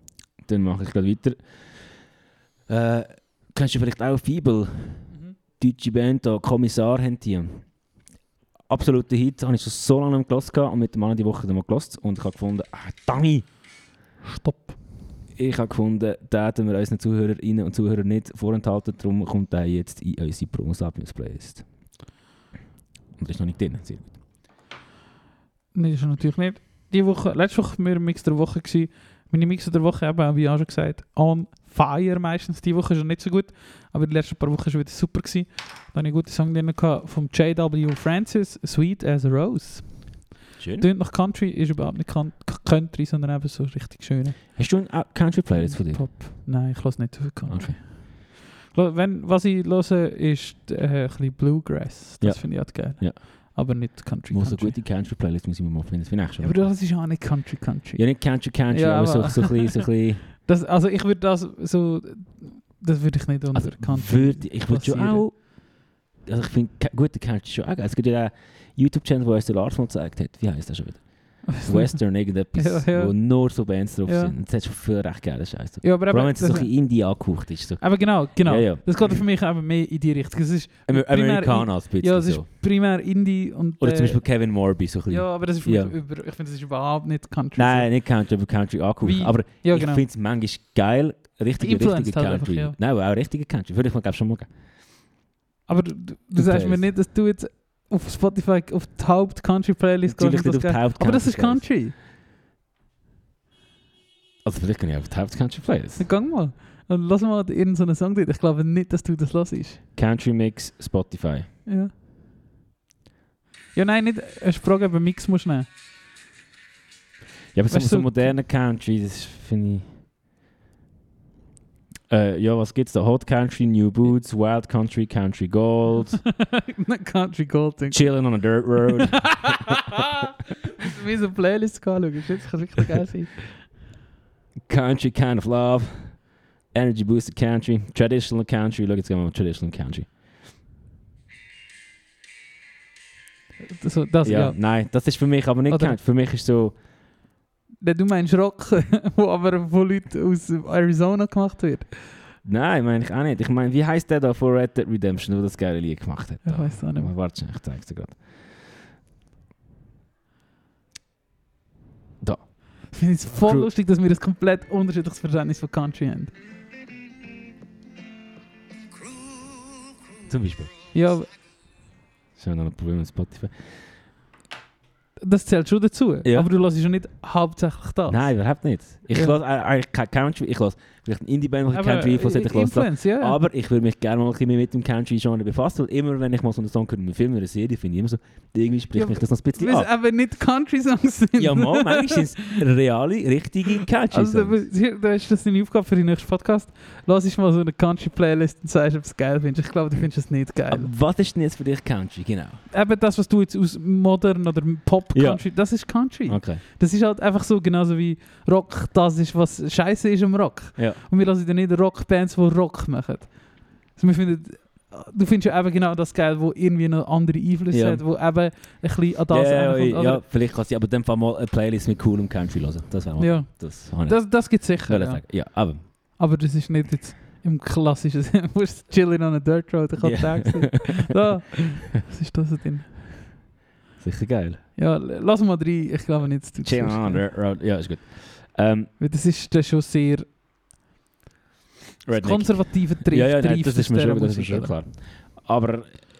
dann mache ich gleich weiter. Äh, kennst du vielleicht auch Fibel? Mhm. Deutsche Band, da, Kommissar haben die. Absoluter Hit, habe ich schon so lange nicht gehört und mit dem Mann die Woche mal gehört und ich habe gefunden, ah, Dani! Stopp. Ich habe gefunden, den hätten wir unseren Zuhörerinnen und Zuhörern nicht vorenthalten, darum kommt der jetzt in unsere Promos-Playlist. Und das ist noch nicht drin, sehr gut. Nein, das ist natürlich nicht. Die Woche, letzte Woche war wir Mix der Woche. Gewesen. Meine Mix der Woche eben, wie auch schon gesagt, on fire meistens. Die Woche ist nicht so gut, aber die letzten paar Wochen war wieder super. Gewesen. Da hatte ich einen guten Song drin vom J W Francis, Sweet as a Rose. Schön. Tönt nach Country, ist überhaupt nicht Country, sondern eben so richtig schön. Hast du eine Country-Playlist von dir? Pop. Nein, ich höre nicht so viel Country. Okay. Wenn, was ich höre, ist äh, ein bisschen Bluegrass. Das Ja. finde ich auch geil. Ja. Aber nicht Country. Muss eine Country. gute Country-Playlist muss ich mir mal finden. Das finde ich schon. Ja, aber das ist auch nicht Country Country. Ja, nicht Country Country, Ja, aber, aber- so, so ein bisschen... So ein bisschen Das, also ich würde das so... Das würde ich nicht unter also Country würde, ich würde schon klassieren. auch... Also ich finde, gute Country ist schon auch geil. Es gibt ja einen YouTube-Channel, wo uns der Lars mal gezeigt hat. Wie heisst das schon wieder? Western, irgendetwas, Ja, ja. wo nur so Bands drauf Ja. sind. Und das hat schon viel recht geile Scheiße. Ja, aber Vor allem, eben, wenn es so das- ein bisschen Indie angehaucht ist. So. aber genau, genau. Ja, ja. Das geht für mich eben mehr in die Richtung. Es ist Amer primär Amerikaner als ein bisschen ja, es ist so. primär Indie und... Oder zum äh, Beispiel Kevin Morby, so ein bisschen. ja, aber das ist für Ja. mich über, ich finde, das ist überhaupt nicht Country. Nein, nicht Country, aber Country angehaucht. Wie- Aber ja, ich genau. finde es manchmal geil, richtige, Influenced richtige halt Country. einfach, ja. Nein, aber auch richtige Country. Würde ich mal glaub, schon mal geben. Aber du, du, du sagst mir Playlist. nicht, dass du jetzt auf Spotify auf die Haupt-Country-Playlist Natürlich gehst und nicht das auf die geil- Aber das ist Haupt-Country-Playlist. Country. Also vielleicht kann ich auf die Haupt-Country-Playlist. Dann gang mal. Und lass mal irgendeinen Song dort. Ich glaube nicht, dass du das hörst. Country Mix, Spotify. Ja. Ja, nein, nicht eine Frage, ob du einen Mix musst nehmen. Ja, aber so, Weißt du, so so- moderne Country, das finde ich... Äh, ja, was gibt's da? Hot Country, New Boots, Wild Country, Country Gold, Nicht Country Gold. denk ich. Chillin' on a Dirt Road. Wie so eine Playlist anschauen. Das kann wirklich geil sein. Country Kind of Love, Energy Boosted Country, Traditional Country. Schau, jetzt gehen wir mal Traditional Country. Das, so- das, Ja, ja. nein, das ist für mich aber nicht Oder- Country. Für mich ist so... Du meinst Rock, wo aber von Leuten aus Arizona gemacht wird. Nein, meine ich auch nicht. Ich meine, wie heisst der da von Red Dead Redemption, der das geile Lied gemacht hat? Ich da? weiss auch nicht mehr. Warte schnell, ich zeig's dir gerade. Da. Ich finde es voll Crew. lustig, dass wir ein komplett unterschiedliches Verständnis von Country haben. Zum Beispiel. Ja, aber Das ist ja noch ein Problem mit Spotify. das zählt schon dazu. Ja. Aber du hörst schon nicht hauptsächlich das. Nein, überhaupt nicht. Ich Ja. höre eigentlich kein Country. Ich höre vielleicht ein Indie-Band, die Aber Country Infos hat. Ich höre das. Influence, ja. Aber ich würde mich gerne mal ein bisschen mehr mit dem Country-Genre befassen, weil immer, wenn ich mal so einen Song höre, in einem Film oder einer Serie, finde ich immer so, irgendwie spricht Ja, mich das noch ein bisschen Weil es an. eben nicht Country-Songs sind. Ja, mal, manchmal sind es reale, richtige Country-Songs. Also, da, da ist das deine Aufgabe für den nächsten Podcast. Lass ich mal so eine Country-Playlist und sagst, ob du es geil findest. Ich glaube, du findest es nicht geil. Aber was ist denn jetzt für dich Country? Genau. Eben das, was du jetzt aus Modern oder Pop-Country, das ist Country. Okay. Das ist halt einfach so, genauso wie Rock, das ist, was scheiße ist am Rock. Ja. Und wir lassen dann nicht Rockbands, die Rock machen. Also wir finden, du findest ja eben genau das geil, wo irgendwie noch andere Einflüsse Ja. hat, wo eben ein bisschen an das ja, ja, ankommt, ja, oder? ja, vielleicht kann ich aber in dem Fall mal eine Playlist mit coolem Country hören. Das wäre mal. Ja. Das habe ich Das, das gibt es sicher. wollen Ja. sagen. Ja, aber. Aber das ist nicht jetzt im klassischen Sinne. Wo ist Chilling on a Dirt Road? Ich habe Ja. gedacht, da, was ist das denn? Sicher geil. Ja, l- lass mal rein. Ich glaube nicht, dass du das Chill hörst, on ja. the road. Ja, ist gut. Ähm, Weil das ist dann schon sehr Redneck. konservative Triff. Ja, ja, nein, Triff das ist mir dieser schon, das ist mir Musik, schon oder? klar. Aber,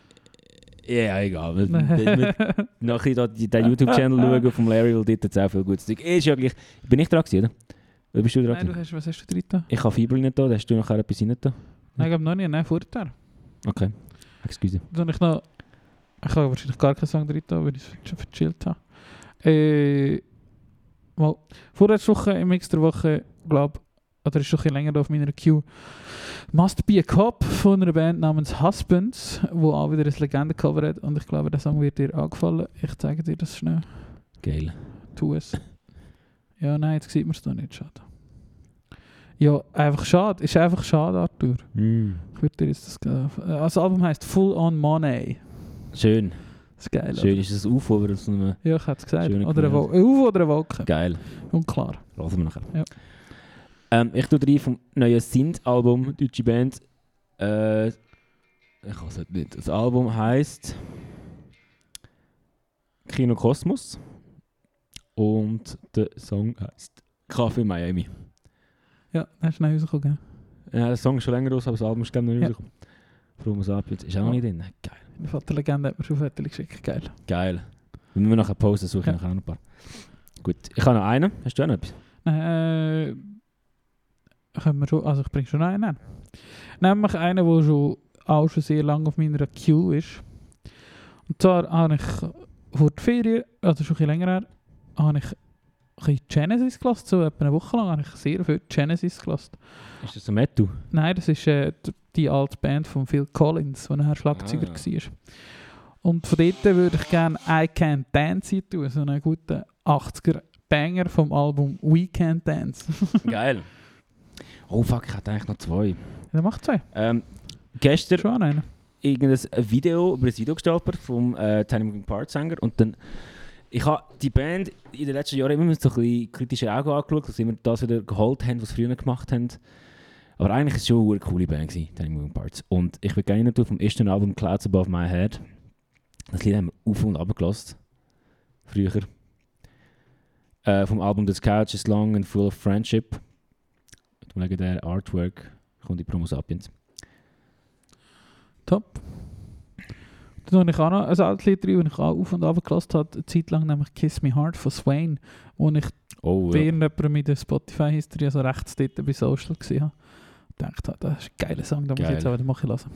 ja, egal. Wir, wir, wir, nachher da die- den YouTube-Channel schauen vom Larry, weil dort hat es auch viel gutes Zeug. Ist ja gleich, bin ich dran gewesen, oder? Oder bist du dran Nein, du gewesen? hast, was hast du drin da? Ich habe Fibel nicht da, hast du nachher etwas rein da? Nein, ich glaube noch nicht. Nein, vorher. Okay, excuse. Dann ich noch... Ich habe wahrscheinlich gar keinen Song drin, da, weil ich es schon verchillt habe. Äh, mal, vorletzte Woche, im Mix der Woche, glaube oder ist schon ein bisschen länger da auf meiner Queue, Must Be a Cop von einer Band namens Husbands, wo auch wieder ein Legende-Cover hat. Und ich glaube, der Song wird dir angefallen. Ich zeige dir das schnell. Geil. Tu es. Ja, nein, jetzt sieht man es doch nicht. Schade. Ja, einfach schade. Ist einfach schade, Arthur. Mm. Ich würde dir jetzt das... geben. Äh, Das Album heisst Full On Money. Schön. Das ist geil. Schön. Oder? Ist es ein U F O oder so eine... Ja, ich hätte es gesagt. Schöne Oder eine Kombination. Wolke. Eine U F O oder eine Wolke. Geil. Unklar. Lassen wir nachher. Ja. Ähm, ich tue rein vom neuen Synth-Album, deutsche Band. Äh, ich weiß es nicht. Das Album heisst Kino Kosmos. Und der Song heisst Kaffee Miami. Ja, das ist schnell rausgekommen. Ja, der Song ist schon länger raus, aber das Album ist glaube ich noch nicht Ja. rausgekommen. Homo sapiens ist auch noch nicht drin. Geil. Die Vaterlegende hat mir schon Fotos geschickt. Geil. Geil. Wenn wir nachher posten, suche ich Ja. nachher noch ein paar. Gut, ich habe noch einen. Hast du auch noch etwas? Äh, können wir schon, also ich bringe schon einen. an. Nämlich einen, der schon, auch schon sehr lange auf meiner Queue ist. Und zwar habe ich vor der Ferien, also schon ein bisschen länger her, habe ich ein bisschen Genesis gelassen. So etwa eine Woche lang habe ich sehr viel Genesis gelassen. Ist das so Metal? Nein, das ist äh, d- die alte Band von Phil Collins, der nachher Schlagzeuger Ah. war. Und von dort würde ich gerne I Can't Dance tun, so einen guten achtziger-Banger vom Album We Can't Dance. Geil. Oh fuck, ich hatte eigentlich noch zwei. Der macht zwei. Ähm, gestern Schon einen. irgendein Video über ein Video gestolpert vom äh, Tiny Moving Parts Sänger und dann ich habe die Band in den letzten Jahren immer mit so ein bisschen kritischen Augen angeschaut, dass sie immer das wieder geholt haben, was sie früher gemacht haben. Aber eigentlich war es schon eine coole Band, gewesen, Tiny Moving Parts. Und ich will gerne tun vom ersten Album Clouds Above My Head. Das Lied haben wir auf und ab gelassen. Früher. Äh, vom Album The Couch is Long and Full of Friendship. Mit dem legendären Artwork kommt die Promo Sapiens. Top. Dann habe ich auch noch ein altes Lied drin, das ich auch auf und ab gelassen habe, eine Zeit lang, nämlich Kiss Me Hard von Swain, wo ich Oh bei ja. irgendjemandem mit der Spotify-History, also rechts dort bei Social gesehen habe. Ich dachte, das ist ein geiler Song, da muss ich Geil. jetzt auch wieder machen lassen.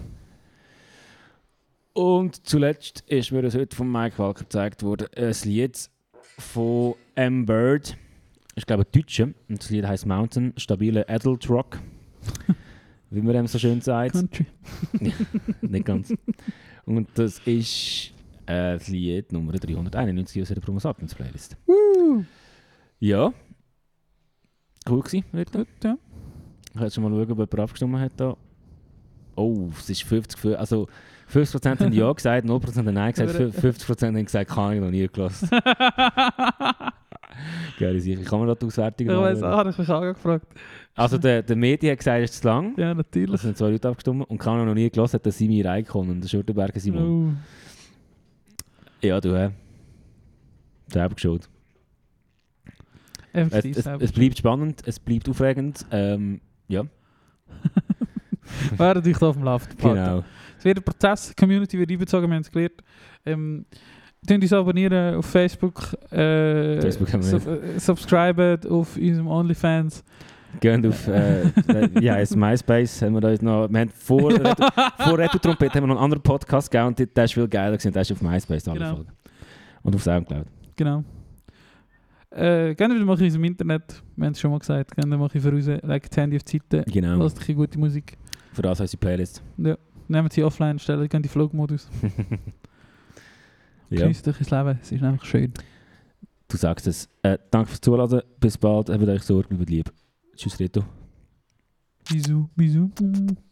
Und zuletzt ist mir das heute von Mike Walker gezeigt worden, ein Lied von M. Bird. Ich glaube, ein Deutscher. Und das Lied heisst Mountain, stabile Adult Rock. Wie man dem so schön sagt. Country. Nicht ganz. Und das ist äh, das Lied Nummer dreihunderteinundneunzig aus der Promo Sapiens Playlist. Woo! Ja. Cool gewesen, heute. Gut, ja. Ich kann jetzt schon mal schauen, ob jemand abgestimmt hat. Da. Oh, es ist fünfzig für, also fünfzig Prozent haben Ja gesagt, null Prozent haben Nein gesagt, Aber- fünfzig Prozent haben gesagt, kann ich noch nie gelassen. Geil, sicher. Kann man da die Auswertung Ich weiss, machen? ah, habe ich mich auch gefragt. Also der, der Medien hat gesagt, es ist zu lang. Ja, natürlich. Es sind zwei Leute abgestimmt und kann noch nie gelassen, hat der Simi Reikon und der Schurtenberger Simon. Oh. Ja, du, hä? Selber geschaut. Es, Effektiv es, selber. es bleibt spannend, es bleibt aufregend. Ähm, ja, Während ich da auf dem Laufenden behalten. genau. Es wird ein Prozess, die Community wird einbezogen, wir haben es gelernt. Ähm, Könnt uns abonnieren auf Facebook, äh, Facebook haben wir sub äh, subscriben auf unserem OnlyFans. Gehen auf, äh, äh, wie heisst MySpace, haben wir da jetzt noch, wir haben vor, Reto, vor Retro Trompet haben wir noch einen anderen Podcast gegeben und der der ist viel geiler gewesen, der ist auf MySpace alle Genau. Folgen. Und auf Soundcloud. Genau. Äh, gerne wieder mache ich im Internet, wir haben es schon mal gesagt, gerne mache ich für uns, legt das Handy auf die Seite, Genau, lasst ein bisschen gute Musik. für das unsere Playlist. Nehmt sie offline, stellen, gehen in den Flugmodus. Ja, Genießt euch das Leben, es ist einfach schön. du sagst es. Äh, danke fürs Zuhören, bis bald, habt euch Sorge, bleibt lieb. Tschüss Reto. Bisous, bisous.